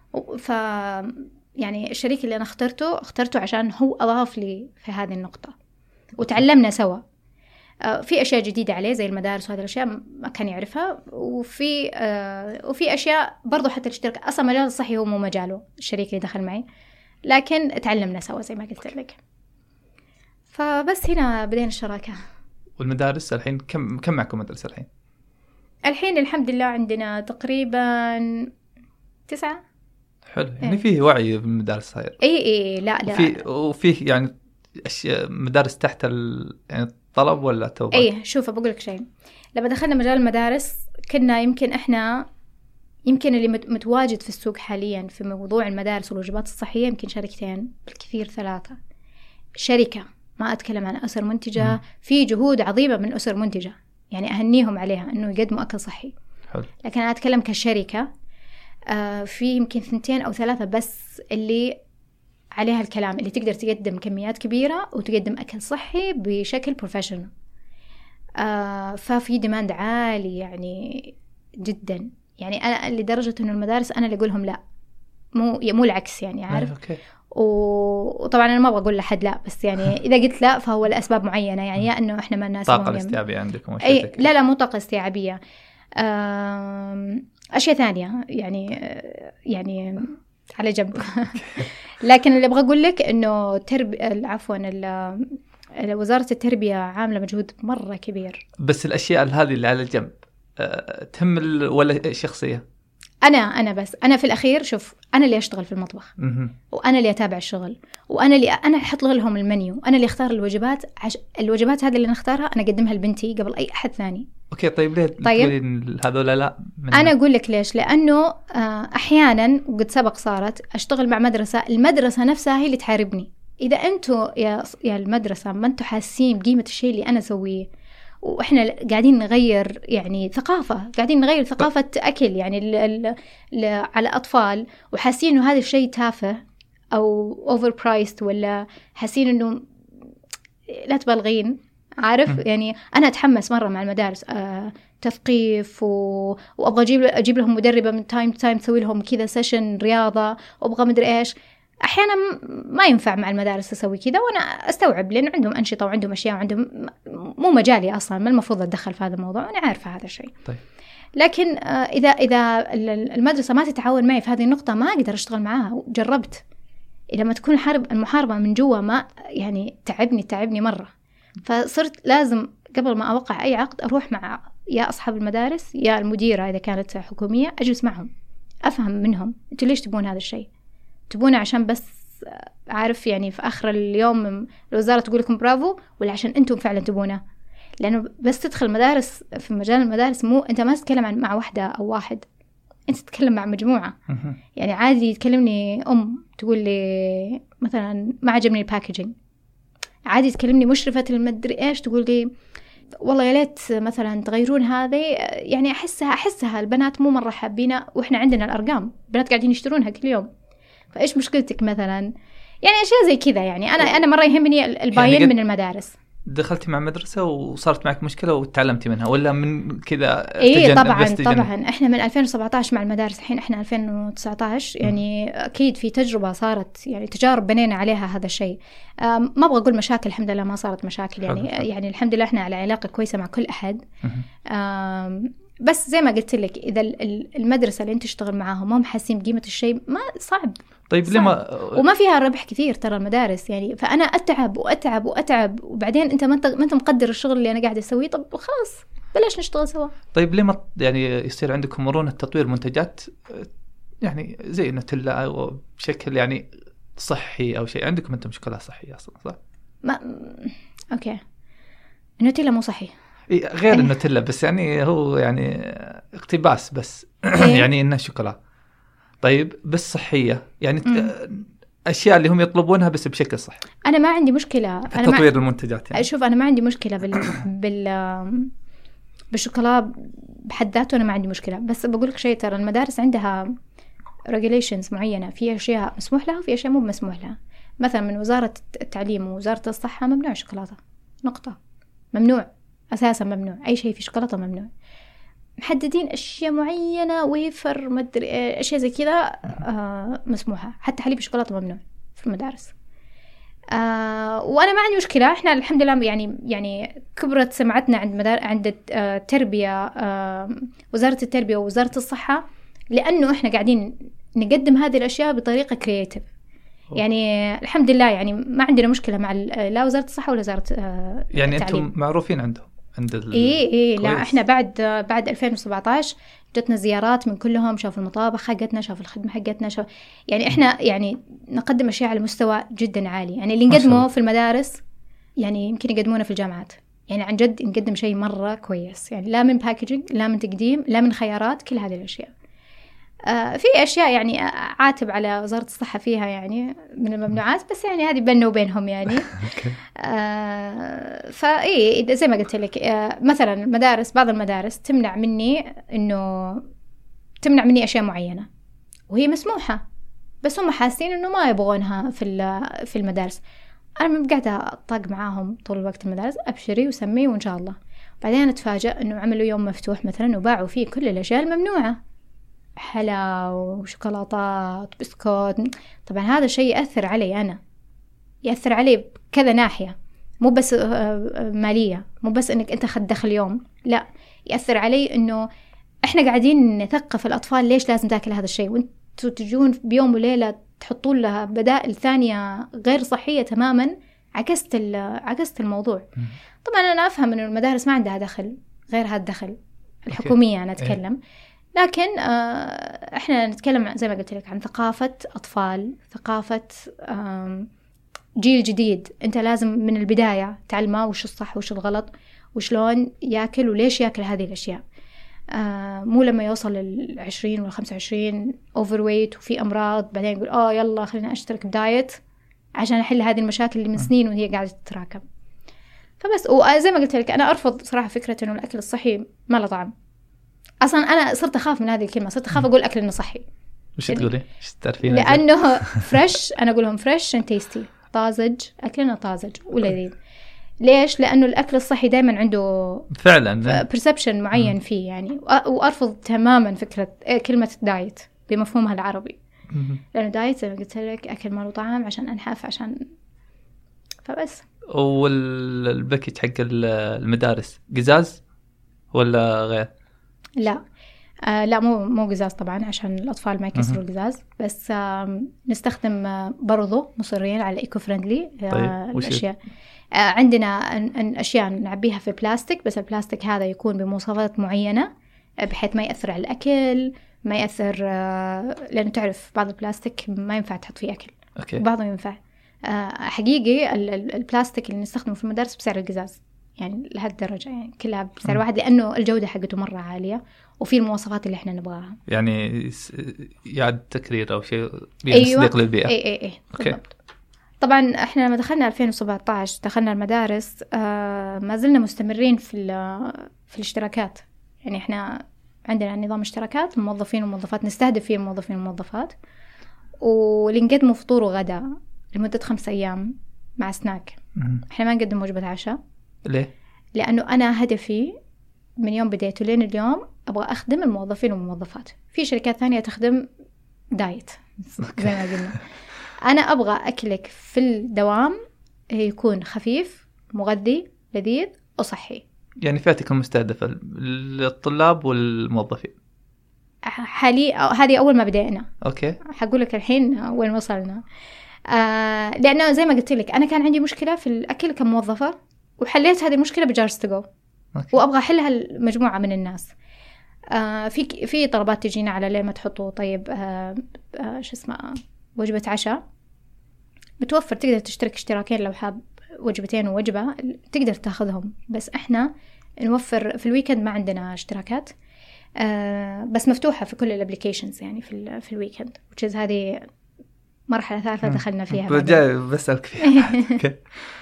يعني الشريك اللي أنا اخترته عشان هو أضاف لي في هذه النقطة، وتعلمنا سوا. في أشياء جديدة عليه زي المدارس وهذه الأشياء ما كان يعرفها، وفي أشياء برضو حتى الاشتراك أصلا مجال الصحي هو مو مجاله الشريك اللي دخل معي، لكن تعلمنا سوا زي ما قلت لك. فبس هنا بدينا الشراكة. والمدارس الحين كم معكم مدرسة الحين الحمد لله عندنا تقريبا 9. حلو. يعني فيه وعي في المدارس صاير. اي لا وفيه يعني مدارس تحت يعني الطلب ولا توبة؟ اي شوف بقول لك شيء، لما دخلنا مجال المدارس كنا يمكن اللي متواجد في السوق حاليا في موضوع المدارس والوجبات الصحية يمكن شركتين بالكثير 3 شركة، ما أتكلم عن أسر منتجة. في جهود عظيمة من أسر منتجة يعني أهنيهم عليها إنه يقدموا أكل صحي، حلو. لكن أنا أتكلم كشركة، في يمكن 2 أو 3 بس اللي عليها الكلام، اللي تقدر تقدم كميات كبيرة وتقدم أكل صحي بشكل بروفيشنال. ففي ديماند عالي يعني جدا، يعني أنا لدرجة إنه المدارس أنا اللي أقولهم لا، مو العكس يعني، عارف. وطبعا أنا ما أبغى أقول لحد لا، بس يعني إذا قلت لا فهو لأسباب معينة، يعني يا إنه إحنا ما ناسبهم طاقة استيعابية عندكم أو أي لا مو طاقة استيعابية، أشياء ثانية يعني على جنب. لكن اللي أبغى أقول لك إنه وزارة التربية عاملة مجهود مرة كبير. بس الأشياء هذه اللي على جنب تهم ولا شخصية؟ أنا في الأخير شوف، أنا اللي أشتغل في المطبخ وأنا اللي أتابع الشغل، وأنا اللي أحط لهم المنيو، أنا اللي أختار الوجبات. الوجبات هذه اللي نختارها أنا أقدمها لبنتي قبل أي أحد ثاني. أوكي طيب ليه تقولين هذولا لا؟ أنا أقول لك ليش، لأنه أحيانا وقد سبق صارت أشتغل مع مدرسة، المدرسة نفسها هي اللي تحاربني. إذا أنتوا يا المدرسة ما أنتوا حاسين بقيمة الشيء اللي أنا أسويه، وإحنا قاعدين نغير يعني قاعدين نغير ثقافة أكل يعني على أطفال، وحاسين إنه هذا الشيء تافه أو overpriced، ولا حاسين إنه لا تبالغين، عارف. يعني أنا أتحمس مرة مع المدارس، تثقيف وأبغى أجيب لهم مدربة من تايم تسوي لهم كذا سيشن رياضة، وأبغى مدري إيش. أحيانا ما ينفع مع المدارس أسوي كذا، وأنا أستوعب لأن عندهم أنشطة وعندهم أشياء وعندهم مو مجالي أصلا، ما المفروض أتدخل في هذا الموضوع، وأنا عارفة هذا الشيء. طيب. لكن إذا المدرسة ما تتعاون معي في هذه النقطة ما أقدر أشتغل معاها. جربت، لما تكون المحاربة من جوا ما يعني تعبني مرة، فصرت لازم قبل ما أوقع أي عقد أروح مع يا أصحاب المدارس يا المديرة إذا كانت حكومية، أجلس معهم أفهم منهم أنتوا ليش تبون هذا الشيء، تبونه عشان بس عارف يعني في آخر اليوم الوزارة تقول لكم برافو، ولا عشان أنتم فعلا تبونه. لأنه بس تدخل مدارس، في مجال المدارس مو أنت ما تتكلم مع واحدة أو واحد، أنت تتكلم مع مجموعة. يعني عادي تكلمني تقول لي مثلا ما عجبني الباكجينج، عادي تكلمني مشرفة المدري إيش تقول لي والله يا ليت مثلا تغيرون هذه، يعني أحسها البنات مو مرة حابينها، وإحنا عندنا الأرقام البنات قاعدين يشترونها كل يوم، فإيش مشكلتك مثلا؟ يعني أشياء زي كذا. يعني أنا مرة يهمني الباين يعني من المدارس. دخلتي مع مدرسة وصارت معك مشكلة وتعلمتي منها، ولا من كذا؟ إيه طبعا إحنا من 2017 مع المدارس، الحين إحنا 2019، يعني أكيد في تجربة صارت، يعني تجارب بنينا عليها هذا الشيء. ما أبغى أقول مشاكل، الحمد لله ما صارت مشاكل، يعني الحمد لله إحنا على علاقة كويسة مع كل أحد. بس زي ما قلت لك، إذا المدرسة اللي أنت تشتغل معاهم ما حاسين بقيمة الشيء، ما صعب. طيب لما وما فيها ربح كثير ترى المدارس، يعني فأنا أتعب وبعدين أنت ما أنت مقدر الشغل اللي أنا قاعدة أسويه، طب خلاص بلاش نشتغل سوا. طيب لما يعني يصير عندكم مرونة تطوير منتجات يعني زي نوتيلا أو بشكل يعني صحي أو شيء، عندكم أنتم شوكولا صحي أصلا صح؟ أوكي، النوتيلا مو صحي غير النوتيلا، بس يعني هو يعني اقتباس بس. يعني إنه شوكولا طيب بس صحية، يعني أشياء اللي هم يطلبونها بس بشكل صحي. أنا ما عندي مشكلة في تطوير المنتجات يعني. شوف أنا ما عندي مشكلة بالشوكولا بحد ذاته، أنا ما عندي مشكلة، بس بقولك شيء، ترى المدارس عندها regulations معينة، في أشياء مسموح لها وفي أشياء مو مسموح لها. مثلا من وزارة التعليم ووزارة الصحة ممنوع الشوكولاتة، نقطة، ممنوع أساسا، ممنوع أي شيء في شوكولاتة ممنوع. محددين أشياء معينة، ويفر مدري أشياء زي كذا مسموحة، حتى حليب الشوكولاتة ممنوع في المدارس. وأنا ما عندي مشكلة، إحنا الحمد لله يعني كبرت سمعتنا عند التربية، وزارة التربية ووزارة الصحة، لأنه إحنا قاعدين نقدم هذه الأشياء بطريقة كرياتيف. يعني الحمد لله يعني ما عندنا مشكلة مع لا وزارة الصحة ولا وزارة يعني التعليم. أنتم معروفين عند إيه لا إحنا بعد 2017 جتنا زيارات من كلهم، شافوا المطابخ حقتنا، شافوا الخدمة حقتنا، يعني إحنا يعني نقدم أشياء على مستوى جدا عالي. يعني اللي نقدمه في المدارس يعني يمكن يقدمونه في الجامعات، يعني عن جد نقدم شيء مرة كويس، يعني لا من باكجينج، لا من تقديم، لا من خيارات، كل هذه الأشياء. في أشياء يعني عاتب على وزارة الصحة فيها يعني من الممنوعات، بس يعني هذه بيننا وبينهم يعني. فإيه إذا زي ما قلت لك مثلا المدارس، بعض المدارس تمنع مني أشياء معينة وهي مسموحة، بس هم حاسين إنه ما يبغونها في المدارس. أنا قاعدة أطاق معاهم طول الوقت المدارس، أبشري وسمي وإن شاء الله. بعدين أتفاجأ إنه عملوا يوم مفتوح مثلا وباعوا فيه كل الأشياء الممنوعة، حلاوة وشوكولاتات بسكوت. طبعا هذا الشيء يأثر علي، أنا يأثر علي بكذا ناحية، مو بس مالية، مو بس إنك أنت خد دخل يوم، لا يأثر علي إنه إحنا قاعدين نثقف الأطفال ليش لازم تأكل هذا الشيء، وأنتوا تجون بيوم وليلة تحطون لها بدائل ثانية غير صحية تماما. عكست الموضوع. طبعا أنا أفهم إنه المدارس ما عندها دخل غير هذا الدخل الحكومية، أنا أتكلم. لكن إحنا نتكلم زي ما قلت لك عن ثقافة أطفال، ثقافة جيل جديد. أنت لازم من البداية تعلمه وش الصح وش الغلط وشلون يأكل وليش يأكل هذه الأشياء. مو لما يوصل 20 و25 overweight وفي أمراض بعدين يقول يلا خلينا أشترك بدايت عشان أحل هذه المشاكل اللي من سنين وهي قاعدة تتراكم. فبس وزي ما قلت لك أنا أرفض صراحة فكرة إنه الأكل الصحي ما له طعم. أصلاً أنا صرت أخاف من هذه الكلمة، صرت أخاف أقول أكل إنه صحي. وش يعني تقولي؟ إيش تعرفين؟ لأنه فريش، أنا أقولهم فريش and tasty، طازج، أكلنا طازج ولذيذ. ليش؟ لأنه الأكل الصحي دائما عنده فعلا perception معين فيه يعني. وأرفض تماماً فكرة كلمة دايت بمفهومها العربي، لأنه دايت زي ما قلت لك أكل ما له طعم عشان أنحف عشان فبس. والباكج حق المدارس قزاز ولا غير؟ لا لا مو قزاز طبعا عشان الأطفال ما يكسروا القزاز، بس نستخدم برضو مصرين على إيكو فريندلي. الأشياء عندنا أشياء نعبيها في بلاستيك، بس البلاستيك هذا يكون بمواصفات معينة بحيث ما يأثر على الأكل، ما يأثر لأنه تعرف بعض البلاستيك ما ينفع تحط فيه أكل، وبعضه ينفع. حقيقي البلاستيك اللي نستخدمه في المدارس بسعر القزاز يعني لهالدرجة، يعني كلها بسعر واحد، لأنه الجودة حقته مرة عالية وفي المواصفات اللي إحنا نبغاها. يعني يعد تكرير أو شيء صديق للبيئة. أي بالضبط. طبعا إحنا لما دخلنا 2017 دخلنا المدارس ما زلنا مستمرين في الاشتراكات. يعني إحنا عندنا نظام اشتراكات الموظفين والموظفات، نستهدف فيه الموظفين والموظفات، ولنقدموا فطور وغداء لمدة 5 أيام مع سناك. إحنا ما نقدم وجبة عشاء. ليه؟ لأنه أنا هدفي من يوم بديته لين اليوم أبغى أخدم الموظفين والموظفات. في شركات ثانية تخدم دايت زي ما قلنا. أنا أبغى أكلك في الدوام يكون خفيف مغذي لذيذ وصحي. يعني فئتك المستهدفة للطلاب والموظفين حالي هذه أول ما بدأنا. أوكي. حقول لك الحين وين وصلنا. لأنه زي ما قلت لك أنا كان عندي مشكلة في الأكل كموظفة، وحليت هذه المشكلة بجارز تو جو، وأبغى أحلها المجموعة من الناس. في طلبات تجينا على ليه ما تحطوا طيب شو اسمه وجبة عشاء، بتوفر تقدر تشترك اشتراكين لو حاب وجبتين ووجبة تقدر تاخذهم، بس احنا نوفر في الويكند ما عندنا اشتراكات، بس مفتوحة في كل الابليكيشنز يعني في الويكند، وتشيز هذه مرحلة ثالثة دخلنا فيها. بسألك فيها.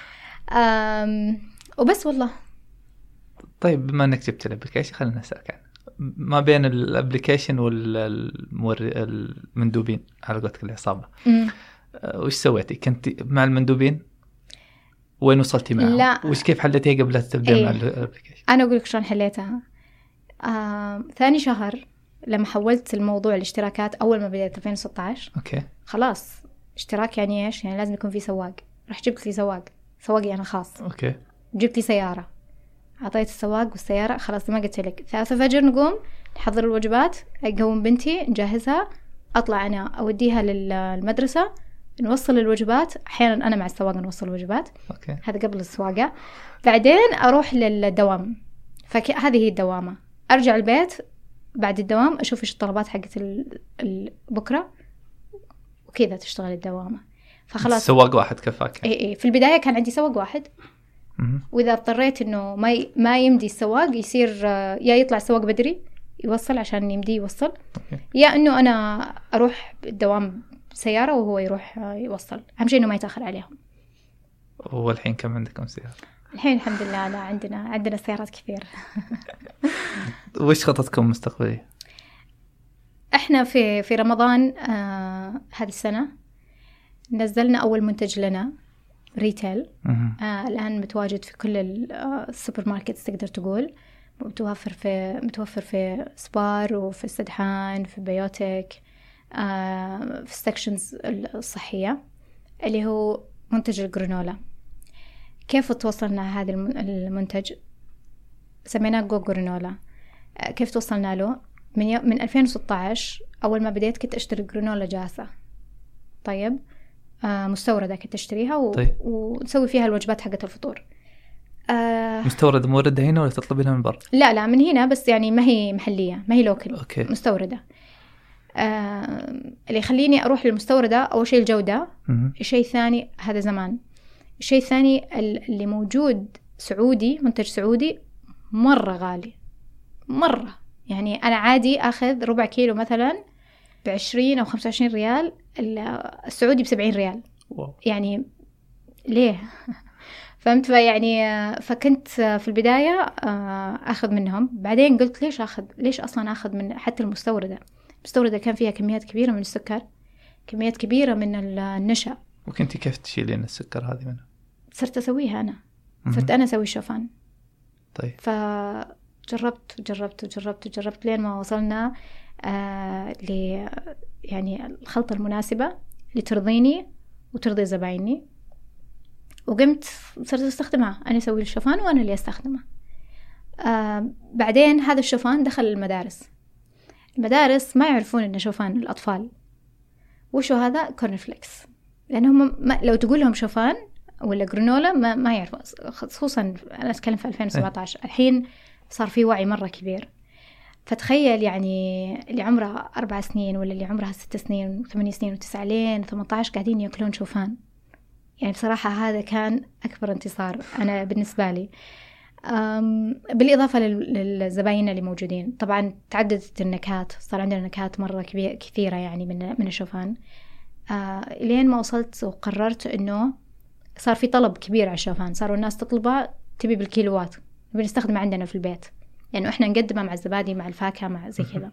وبس والله. طيب بما انك جبت الابليكيشن خلينا نسألك عنه. ما بين الابليكيشن والمندوبين على قولتك العصابة، وش سويتي؟ كنت مع المندوبين؟ وين وصلتي معهم؟ لا. وش كيف حلتيها قبل تبدأ مع الابليكيشن؟ أنا أقول لك شلون حليتها. ثاني شهر لما حولت الموضوع الاشتراكات، أول ما بدأت 2016 أوكي. خلاص اشتراك يعني إيش؟ يعني لازم يكون في سواق. رح جبت لي سواقي أنا خاص. أوكي. جبت لي سيارة، عطيت السواق والسيارة. خلاص ما قلت لك 3 الفجر نقوم نحضر الوجبات، أقوم بنتي نجهزها، أطلع أنا أوديها للمدرسة، نوصل الوجبات. أحيانا أنا مع السواق نوصل الوجبات. أوكي. هذا قبل السواقة. بعدين أروح للدوام، فهذه هي الدوامة. أرجع البيت بعد الدوام أشوف إيش الطلبات حقت بكرة، وكذا تشتغل الدوامة. فخلاص سواق واحد كفاك. إيه في البداية كان عندي سواق واحد، وإذا اضطريت إنه ما يمدي السواق يصير يا يطلع السواق بدري يوصل عشان يمدي يوصل، يا إنه أنا أروح الدوام سيارة وهو يروح يوصل. أهم شيء إنه ما يتأخر عليهم. والحين كم عندكم سيارة؟ الحين الحمد لله لا عندنا سيارات كثير. وش خطتكم المستقبلية؟ احنا في رمضان هذه السنة نزلنا أول منتج لنا ريتيل. الآن متواجد في كل السوبر ماركت تقدر تقول، متوفر في سبار وفي السدحان في بيوتك، في السكشنز الصحية، اللي هو منتج الجرانولا. كيف توصلنا هذا المنتج؟ سميناه جو جرانولا. كيف توصلنا له؟ من 2016 أول ما بديت كنت أشتري جرانولا جاهزة، طيب مستوردة كنت أشتريها طيب. ونسوي فيها الوجبات حقت الفطور. مستورد موردة هنا ولا تطلبينها من برا؟ لا من هنا، بس يعني ما هي محلية، ما هي لوكل. أوكي. مستوردة. اللي يخليني أروح للمستوردة أول شيء الجودة. الشيء الثاني هذا زمان. الشيء الثاني اللي موجود سعودي، منتج سعودي مرة غالي مرة. يعني أنا عادي أخذ ربع كيلو مثلا ب20 أو 25 ريال، السعودي ب70 ريال. واو. يعني ليه؟ فهمت؟ فكنت في البداية أخذ منهم، بعدين قلت ليش أصلا أخذ من حتى المستوردة كان فيها كميات كبيرة من السكر، كميات كبيرة من النشا. وكنتي كيف تشيلين السكر هذه منها؟ صرت أسويها أنا. صرت أنا أسوي الشوفان. طيب. فجربت لين ما وصلنا يعني الخلطة المناسبة اللي ترضيني وترضي زبايني، صرت أستخدمها. أنا أسوي الشوفان وأنا اللي أستخدمه. بعدين هذا الشوفان دخل المدارس ما يعرفون إنه شوفان الأطفال. وشو هذا؟ كورنفليكس. لأنهم لو تقول لهم شوفان ولا جرانولا ما يعرفوا، خصوصا أنا أتكلم في 2017. الحين صار في وعي مرة كبير. فتخيل يعني اللي عمره 4 سنين ولا اللي عمرها 6 سنين و8 سنين و9 لين 18 قاعدين يأكلون شوفان. يعني بصراحة هذا كان أكبر انتصار أنا بالنسبة لي. بالإضافة للزباين اللي موجودين. طبعا تعددت النكهات، صار عندنا نكهات مرة كثيرة يعني من الشوفان. لين ما وصلت وقررت إنه صار في طلب كبير على الشوفان، صاروا الناس تطلبه تبي بالكيلوات، بنستخدمه عندنا في البيت لأنه إحنا نقدمه مع الزبادي مع الفاكهة مع زي كذا.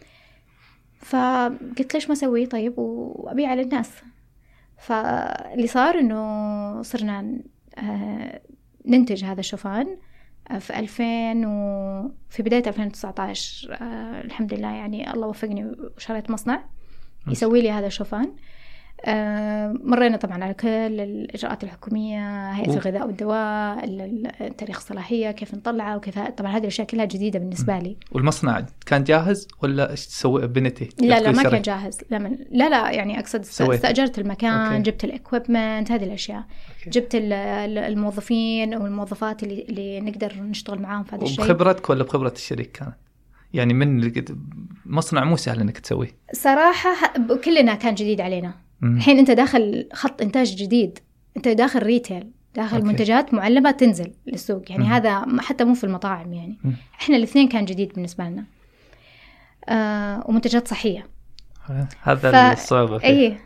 فقلت ليش ما أسويه طيب وأبيع على الناس. فاللي صار إنه صرنا ننتج هذا الشوفان في في بداية 2019. الحمد لله يعني الله وفقني وشريت مصنع يسوي لي هذا الشوفان. مرينا طبعا على كل الإجراءات الحكومية، هيئة الغذاء والدواء، تاريخ الصلاحية، كيف نطلعه وكيف. طبعا هذه الأشياء كلها جديدة بالنسبة لي. والمصنع كان جاهز ولا ايش تسوي بنتي؟ لا ما كان جاهز. لا يعني أقصد استأجرت المكان. أوكي. جبت الإكويبمنت هذه الأشياء. أوكي. جبت الموظفين والموظفات اللي نقدر نشتغل معاهم في هذا الشيء. وبخبرتك ولا بخبرة الشريك كانت؟ يعني من مصنع مو سهل انك تسويه صراحة. كلنا كان جديد علينا. الحين انت داخل خط انتاج جديد، انت داخل ريتيل، داخل أوكي. منتجات معلبة تنزل للسوق يعني. هذا حتى مو في المطاعم يعني. احنا الاثنين كان جديد بالنسبة لنا. ومنتجات صحية. هذا الصعوبة فيه. ايه.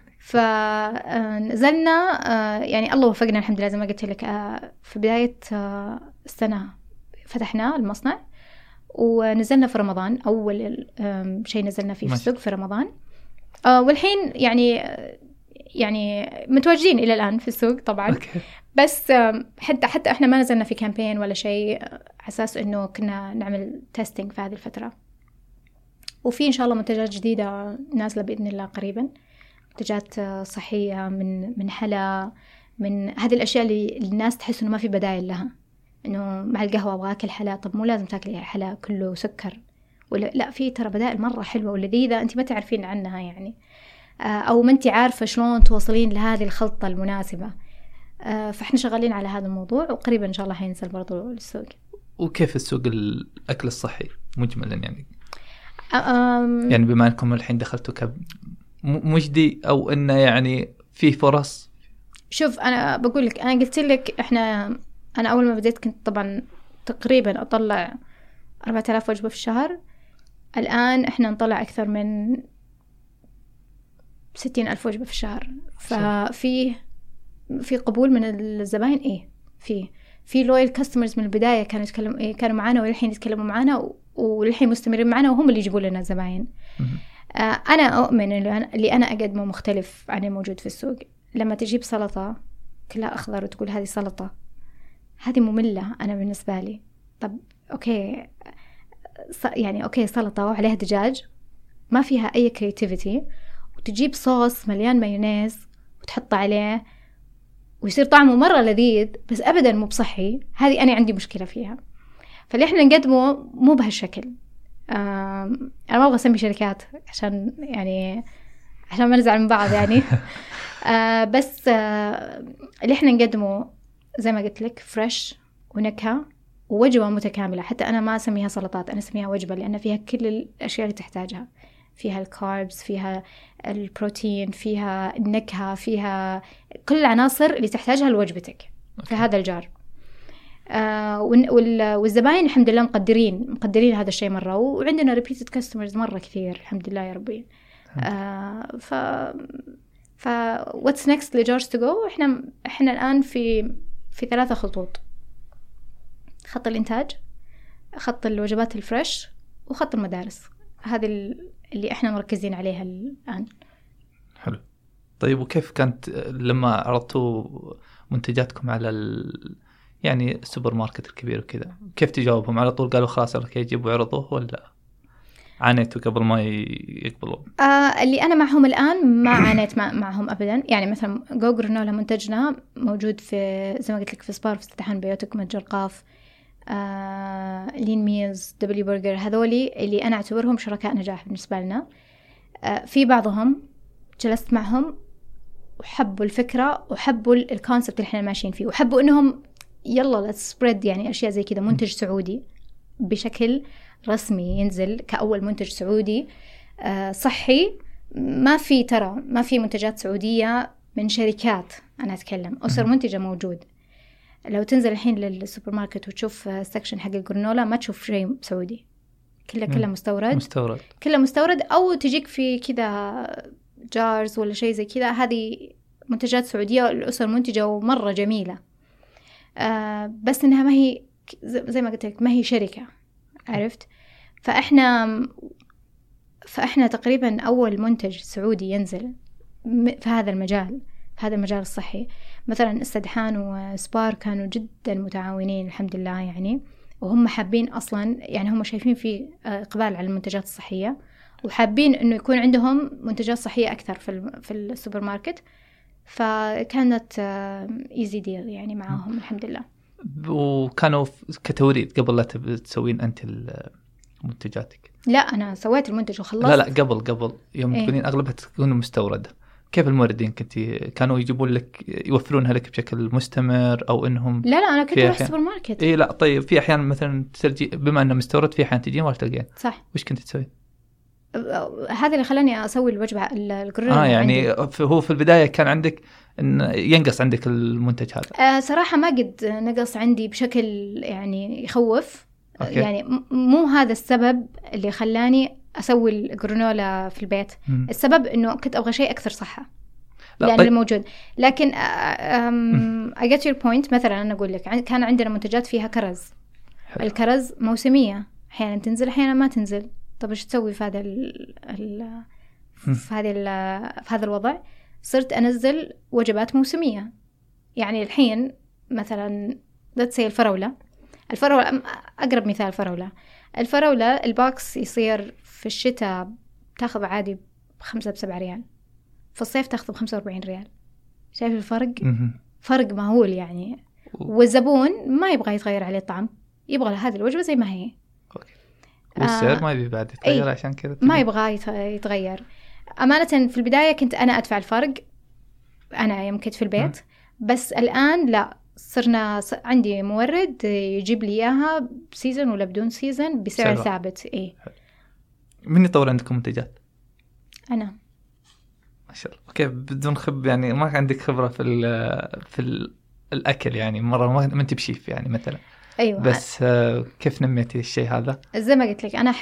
فنزلنا يعني الله وفقنا الحمد لله. زي ما قلت لك في بداية السنة فتحنا المصنع ونزلنا في رمضان. أول شيء نزلنا فيه في السوق في رمضان. والحين يعني متواجدين إلى الآن في السوق طبعا. أوكي. بس حتى إحنا ما نزلنا في كامبين ولا شيء، أساس إنه كنا نعمل تيستينج في هذه الفترة. وفي إن شاء الله منتجات جديدة نازلة بإذن الله قريبا، منتجات صحية من حلا، من هذه الأشياء اللي الناس تحس إنه ما في بدائل لها. إنه مع القهوة أبغى أكل حلا، طب مو لازم تاكلي حلا كله سكر، ولا لا، في ترى بدائل مرة حلوة ولذيذة أنت ما تعرفين عنها يعني، أو ما أنت عارفة شلون توصلين لهذه الخلطة المناسبة. فإحنا شغالين على هذا الموضوع وقريبا إن شاء الله هينزل برضو للسوق. وكيف السوق الأكل الصحي مجملا يعني؟ يعني بما أنكم الحين دخلتوا مجدي أو إنه يعني في فرص؟ شوف أنا بقول لك، أنا قلت لك أنا أول ما بديت كنت طبعا تقريبا أطلع 4000 وجبة في الشهر. الآن إحنا نطلع أكثر من 60,000 وجبة في الشهر. في قبول من الزبائن. في لويال كاستمرز من البداية كانوا معنا والحين يتكلموا معنا والحين مستمرين معنا وهم اللي يجيبوا لنا الزبائن. أنا أؤمن اللي أنا أقدمه مختلف عن الموجود في السوق. لما تجيب سلطة كلها أخضر وتقول هذه سلطة، هذه مملة أنا بالنسبة لي. طب أوكي، يعني أوكي سلطة وعليها دجاج ما فيها أي كرياتيفيتي، وتجيب صوص مليان مايونيز وتحط عليه ويصير طعمه مرة لذيذ بس أبدا مو بصحي، هذه أنا عندي مشكلة فيها. فاللي إحنا نقدمه مو بهالشكل. أنا ما أبغى أسمي شركات عشان ما نزعل من بعض يعني. بس اللي إحنا نقدمه زي ما قلت لك فريش ونكهة ووجبة متكاملة. حتى أنا ما أسميها سلطات، أنا أسميها وجبة، لأن فيها كل الأشياء اللي تحتاجها. فيها الكاربز، فيها البروتين، فيها النكهة، فيها كل العناصر اللي تحتاجها لوجبتك في هذا الجار. والزباين الحمد لله مقدرين هذا الشيء مرة، وعندنا repeated customers مرة كثير الحمد لله يا ربي. what's next لجارز تو جو؟ احنا الآن في 3 خطوط: خط الإنتاج، خط الوجبات الفريش، وخط المدارس. هذه اللي احنا مركزين عليها الآن. حلو. طيب وكيف كانت لما عرضتوا منتجاتكم على يعني السوبر ماركت الكبير وكذا، كيف تجاوبهم؟ على طول قالوا خلاص اوكي جيبوا عرضوه، ولا عانيتوا قبل ما يقبلوا؟ اللي أنا معهم الآن ما عانيت معهم أبدا. يعني مثلا جو جرانولا منتجنا موجود في زي ما قلت لك في سبار، في استحان بيوتك، متجر قاف، لين ميلز، دبليو برجر. هذولي اللي أنا أعتبرهم شركاء نجاح بالنسبة لنا. في بعضهم جلست معهم وحبوا الفكرة وحبوا الكونسبت اللي احنا ماشيين فيه، وحبوا إنهم يلا let's spread يعني أشياء زي كذا. منتج سعودي بشكل رسمي ينزل كأول منتج سعودي صحي. ما في منتجات سعودية من شركات، أنا أتكلم أسر منتجة موجود. لو تنزل الحين للسوبر ماركت وتشوف سكشن حق الجرانولا ما تشوف شيء سعودي، كله مستورد، كله مستورد، أو تجيك في كذا جارز ولا شيء زي كذا. هذه منتجات سعودية الأسر منتجة ومرة جميلة. بس إنها ما هي زي ما قلت لك ما هي شركة، عرفت؟ فإحنا تقريبا أول منتج سعودي ينزل في هذا المجال، في هذا المجال الصحي. مثلا استدحان وسبار كانوا جدا متعاونين الحمد لله يعني، وهم حابين أصلا يعني هم شايفين في إقبال على المنتجات الصحية، وحابين إنه يكون عندهم منتجات صحية أكثر في السوبر ماركت. فكانت easy deal يعني معاهم الحمد لله. وكانوا كتوريد قبل لا تسوين أنت منتجاتك؟ لا أنا سويت المنتج وخلصت. لا قبل يوم تقولين أغلبها تكون مستوردة، كيف الموردين كانوا يجيبون لك يوفرونها لك بشكل مستمر أو إنهم؟ لا أنا كنت أروح السوبر ماركت. لا طيب في أحيان مثلا ترجي بما أنه مستورد، في أحيان تجين ولا تلقين. صح. وش كنت تسوي؟ هذا اللي خلاني أسوي الوجبة الجرانولا. يعني هو في البداية كان عندك إن ينقص عندك المنتج هذا؟ صراحة ما قد نقص عندي بشكل يعني يخوف. أوكي. يعني مو هذا السبب اللي خلاني أسوي الجرانولا في البيت. السبب إنه كنت أبغى شيء أكثر صحة لأن طيب. الموجود. لكن I get your point. مثلا أنا أقول لك كان عندنا منتجات فيها كرز. حلو. الكرز موسمية، أحيانا تنزل أحيانا ما تنزل. طب إيش تسوي في هذا الوضع؟ صرت أنزل وجبات موسمية. يعني الحين مثلا let's say الفراولة أقرب مثال. الفراولة الباكس يصير في الشتاء تاخذ عادي ب5-7 ريال، في الصيف تاخذ ب45 ريال. شايف الفرق؟ فرق مهول يعني. والزبون ما يبغى يتغير عليه الطعم، يبغى هذه الوجبة زي ما هي. والسعر ما يبي بعد يتغير. عشان كذا ما يبغى يتغير. أمانة في البداية كنت أنا أدفع الفرق، أنا يوم كنت في البيت. بس الآن لا، صرنا عندي مورد يجيب لي إياها بسيزن ولا بدون سيزن بسعر ثابت. من يطور عندكم منتجات؟ أنا ما شاء الله. كيف بدون يعني ما عندك خبرة في الأكل يعني؟ مرة ما أنت بشيف يعني مثلا. أيوة. بس كيف نميتي الشيء هذا؟ زي ما قلت لك أنا أحب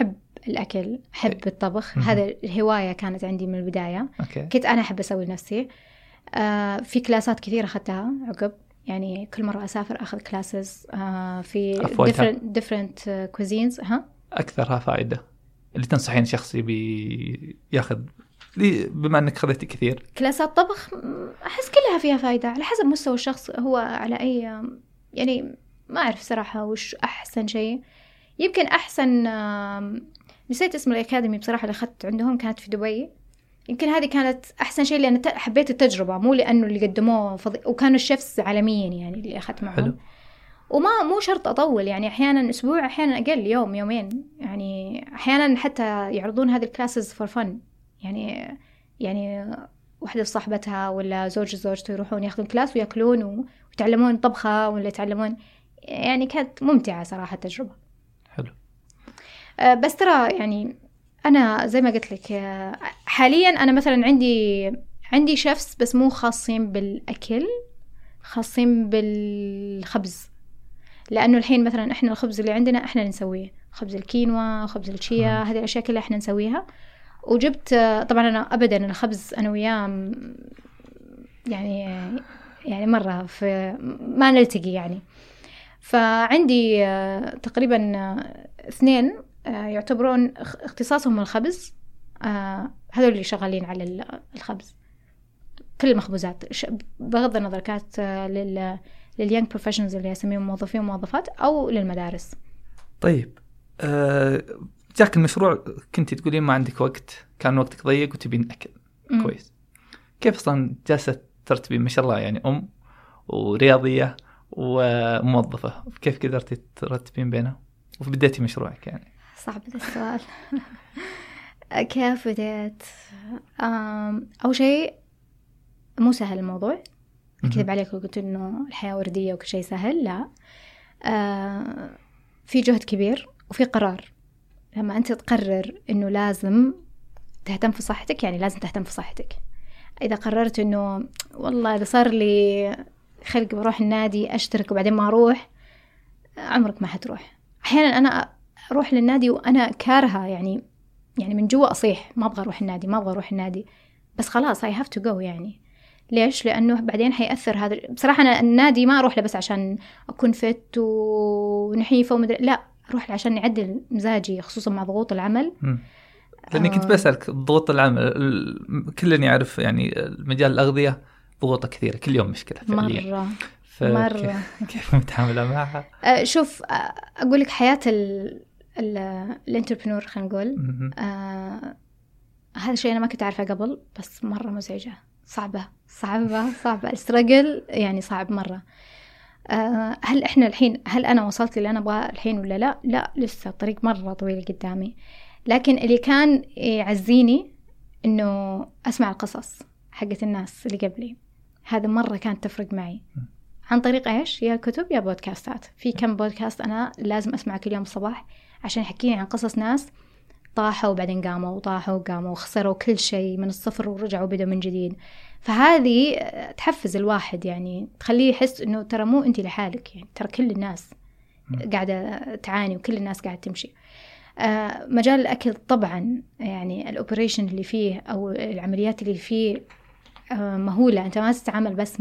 الأكل، أحب الطبخ. هذا الهواية كانت عندي من البداية. كنت أنا أحب أسوي لنفسي. في كلاسات كثيرة أخذتها عقب، يعني كل مرة أسافر أخذ كلاسز في different cuisines. أكثرها فائدة اللي تنصحين شخصي بياخذ بما أنك خذتي كثير كلاسات طبخ؟ أحس كلها فيها فائدة على حسب مستوى الشخص، هو على أي، يعني ما أعرف صراحة وش أحسن شيء. يمكن أحسن، نسيت اسم الأكاديمي بصراحة اللي أخذت عندهم، كانت في دبي. يمكن هذه كانت أحسن شيء لأن حبيت التجربة، مو لأنه اللي قدموه وكانوا الشيفs عالميين يعني اللي أخذت معهم. حلو. مو شرط أطول، يعني أحيانا أسبوع، أحيانا أقل، يوم يومين، يعني أحيانا حتى يعرضون هذه الكلاسز for fun. يعني واحدة صاحبتها ولا زوجته يروحون ياخذون كلاس ويأكلون ويتعلمون طبخة ولا يتعلمون، يعني كانت ممتعة صراحة التجربة. حلو. بس ترى يعني أنا زي ما قلت لك حاليا أنا مثلا عندي شيفs بس مو خاصين بالأكل، خاصين بالخبز. لأنه الحين مثلا إحنا الخبز اللي عندنا إحنا نسويه، خبز الكينوا، خبز الشيا، هذه الأشياء كلها إحنا نسويها. وجبت طبعا أنا أبدا الخبز أنا وياه يعني مرة ما نلتقي يعني. فعندي تقريبا 2 يعتبرون اختصاصهم الخبز، هذول اللي شغالين على الخبز، كل المخبوزات بغض النظر كانت لليونج بروفيشنالز اللي يسميهم موظفين وموظفات أو للمدارس. طيب جاك المشروع كنت تقولين ما عندك وقت، كان وقتك ضيق وتبين أكل كويس. كيف أصلا جالسة ترتبين ما شاء الله يعني ورياضية وموظفة، كيف قدرتي ترتبين بينها وبدأتي مشروعك؟ يعني صعب هذا السؤال. كيف بدأت؟ أول شيء مو سهل الموضوع، أكذب عليك وقلت إنه الحياة وردية وكل شيء سهل، لا. في جهد كبير وفي قرار. لما أنت تقرر إنه لازم تهتم في صحتك، يعني لازم تهتم في صحتك. إذا قررت إنه والله إذا صار لي خلق بروح النادي أشترك وبعدين ما أروح، عمرك ما حتروح. أحيانا أنا أروح للنادي وأنا كارهة، يعني من جوا أصيح ما أبغى أروح النادي، بس خلاص I have to go. يعني ليش؟ لأنه بعدين حيأثر هذا. بصراحة أنا النادي ما أروح له بس عشان أكون فت ونحيفة ومدري، لا، أروح عشان نعدل مزاجي خصوصا مع ضغوط العمل. لأني كنت بسألك ضغوط العمل، كلنا يعرف يعني مجال الأغذية ضغوطة كثيرة كل يوم، مشكلة فعليا مرة. كيف متعاملة معها؟ شوف أقول لك حياة الانتربرنور خلينا نقول، هذا الشيء أنا ما كنت أعرفه قبل، بس مرة مزعجة، صعبة الستراجل، يعني صعب مرة. هل إحنا الحين، هل أنا وصلت اللي أنا أبغاه الحين ولا لا لسه الطريق مرة طويل قدامي. لكن اللي كان يعزيني إنه أسمع القصص حقت الناس اللي قبلي، هذا مرة كانت تفرق معي. عن طريق إيش؟ يا كتب يا بودكاستات. في كم بودكاست أنا لازم أسمع كل يوم الصباح عشان يحكيني عن قصص ناس طاحوا وبعدين قاموا وطاحوا وخسروا كل شيء من الصفر ورجعوا بدأوا من جديد. فهذه تحفز الواحد، يعني تخليه يحس إنه ترى مو أنت لحالك، يعني ترى كل الناس قاعدة تعاني وكل الناس قاعدة تمشي. مجال الأكل طبعا يعني الأوبريشن اللي فيه أو العمليات اللي فيه مهولة. أنت ما تتعامل بس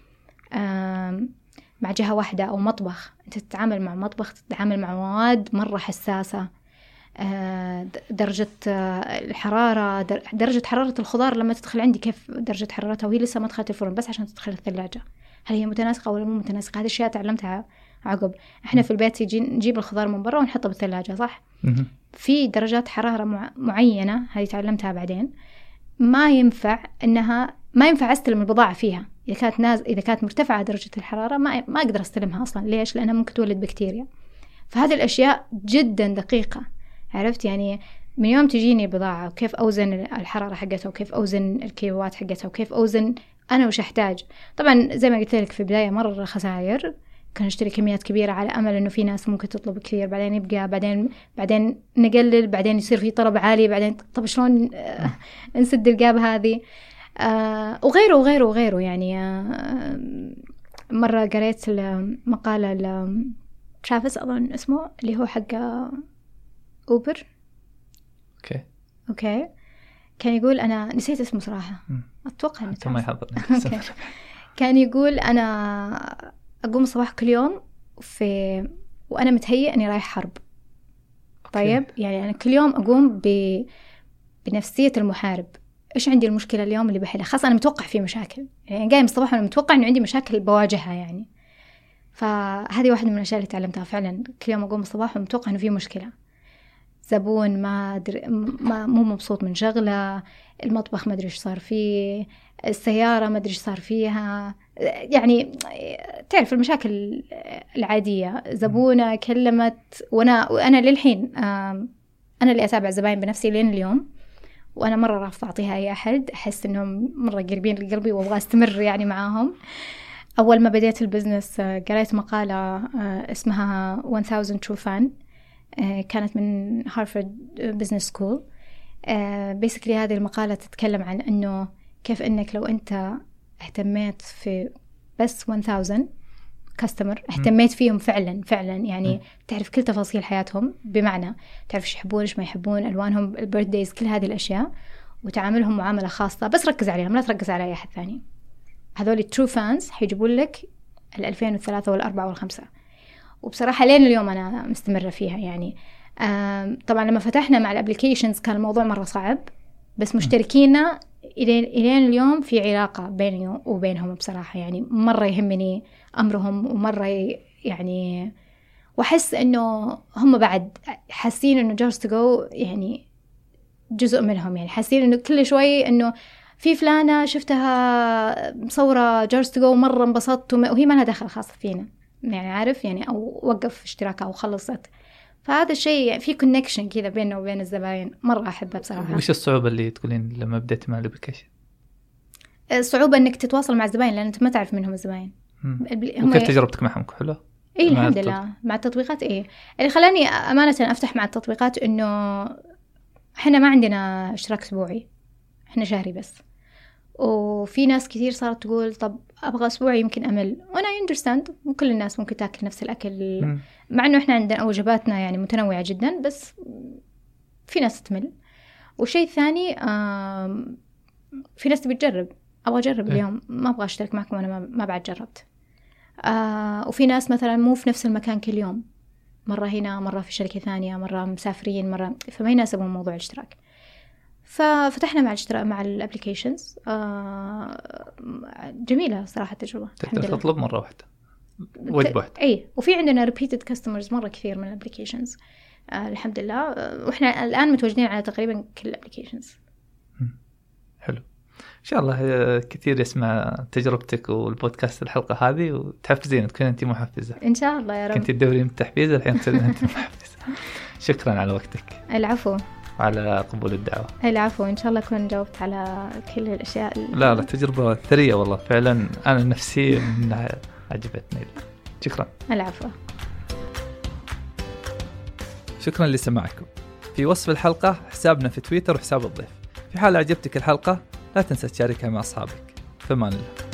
مع جهة واحدة أو مطبخ، أنت تتعامل مع مطبخ، تتعامل مع مواد مرة حساسة. درجة الحرارة، درجة حرارة الخضار لما تدخل عندي كيف درجة حرارتها وهي لسه ما دخلت الفرن بس عشان تدخل الثلاجة، هل هي متناسقة ولا مو متناسقة؟ هذه الأشياء تعلمتها عقب. إحنا في البيت نجيب الخضار من برا ونحطه بالثلاجة، صح؟ في درجات حرارة معينة، هذه تعلمتها بعدين. ما ينفع أستلم البضاعة فيها إذا كانت مرتفعة درجة الحرارة، ما أقدر أستلمها أصلا. ليش؟ لأنها ممكن تولد بكتيريا. فهذه الأشياء جدا دقيقة، عرفت؟ يعني من يوم تجيني بضاعة وكيف أوزن الحرارة حقتها وكيف أوزن الكيلوات حقتها وكيف أوزن أنا وش أحتاج. طبعا زي ما قلت لك في البداية مرة خسائر، كنا نشتري كميات كبيرة على أمل إنه في ناس ممكن تطلب كثير، بعدين يبقى بعدين نقلل، بعدين يصير في طلب عالي، بعدين طب شلون نسد الجاب هذه. وغيره يعني. مرة قريت مقالة ترافيس أظن اسمه، اللي هو حق أوبر، اوكي كان يقول انا نسيت اسمه صراحه، اتوقع انه ما يحضر. كان يقول انا اقوم الصباح كل يوم وانا متهيئ اني رايح حرب. طيب يعني انا كل يوم اقوم بنفسيه المحارب. ايش عندي المشكله اليوم اللي بحلها؟ خاصه انا متوقع في مشاكل، يعني قايم الصباح وانا متوقع انه عندي مشاكل بواجهها يعني. فهذه واحدة من الاشياء اللي تعلمتها فعلا. كل يوم اقوم الصباح ومتوقع انه في مشكله، زبون مو مبسوط من شغله، المطبخ ما ادري ايش صار فيه، السياره ما ادري ايش صار فيها، يعني تعرف المشاكل العاديه. زبونه كلمت وانا للحين انا اللي اتابع الزباين بنفسي لين اليوم، وانا مره رافضه اعطيها اي احد. احس انهم مره قريبين لقلبي وابغى استمر يعني معاهم. اول ما بديت البزنس قريت مقاله اسمها 1000 True Fan، كانت من هارفارد بزنس سكول. بيسكلي هذه المقالة تتكلم عن أنه كيف أنك لو أنت اهتميت في بس 1000 كاستمر، اهتميت فيهم فعلا يعني تعرف كل تفاصيل حياتهم، بمعنى تعرف ايش يحبون ايش ما يحبون، ألوانهم، البيرثديز، كل هذه الأشياء، وتعاملهم معاملة خاصة، بس ركز عليهم لا تركز على أي أحد ثاني. هذول الترو فانز حيجيبون لك 2000 والثلاثة والأربعة والخمسة. وبصراحة لين اليوم أنا مستمرة فيها يعني. طبعا لما فتحنا مع الابليكيشنز كان الموضوع مرة صعب، بس مشتركينا إلين اليوم في علاقة بيني وبينهم بصراحة. يعني مرة يهمني أمرهم، ومرة يعني وأحس إنه هم بعد حاسين إنه جارز تو جو يعني جزء منهم. يعني حاسين إنه كل شوي إنه في فلانة شفتها مصورة جارز تو جو مرة انبسطت، وهي ما لها دخل خاص فينا يعني، عارف يعني، أو وقف اشتراكها أو خلصت. فهذا الشيء في كونكشن كذا بيننا وبين الزباين، مرة أحبها بصراحة. وش الصعوبة اللي تقولين لما بديت مع الابليكيشن؟ الصعوبة إنك تتواصل مع الزباين، لأن أنت ما تعرف منهم الزباين. وكيف تجربتك معهم؟ حلوة؟ إيه الحمد لله. مع التطبيقات إيه اللي خلاني أمانة أفتح مع التطبيقات، إنه إحنا ما عندنا اشتراك أسبوعي، إحنا شهري بس. وفي ناس كثير صارت تقول طب أبغى أسبوعي يمكن أمل، وأنا understand مو كل الناس ممكن تأكل نفس الأكل، مع إنه إحنا عندنا وجباتنا يعني متنوعة جدا، بس في ناس تمل. وشيء ثاني في ناس تبي تجرب، أبغى أجرب اليوم، ما أبغى أشترك معكم وأنا ما بعد جربت. وفي ناس مثلا مو في نفس المكان كل يوم، مرة هنا مرة في شركة ثانية، مرة مسافرين مرة، فما يناسبهم موضوع الاشتراك. ففتحنا مع الابليكيشنز. جميلة صراحة التجربة. تقدر تطلب مرة واحدة، وجبة واحدة. اي وفي عندنا repeated customers مرة كثير من الابليكيشنز الحمد لله. واحنا الآن متواجدين على تقريبا كل الابليكيشنز. حلو، إن شاء الله كثير يسمع تجربتك والبودكاست الحلقة هذه وتحفزين، تكون أنت محفزة إن شاء الله يا رب. كنت تدورين التحفيز، الحين تصيرين أنت محفزة. شكرا على وقتك. العفو. وعلى قبول الدعوة. العفو، إن شاء الله أكون جاوبت على كل الأشياء. لا تجربة ثرية والله فعلا، أنا نفسي منها عجبتني. شكرا. العفو. شكرا لسماعكم. في وصف الحلقة حسابنا في تويتر وحساب الضيف. في حال عجبتك الحلقة لا تنسى تشاركها مع أصحابك. فمان الله.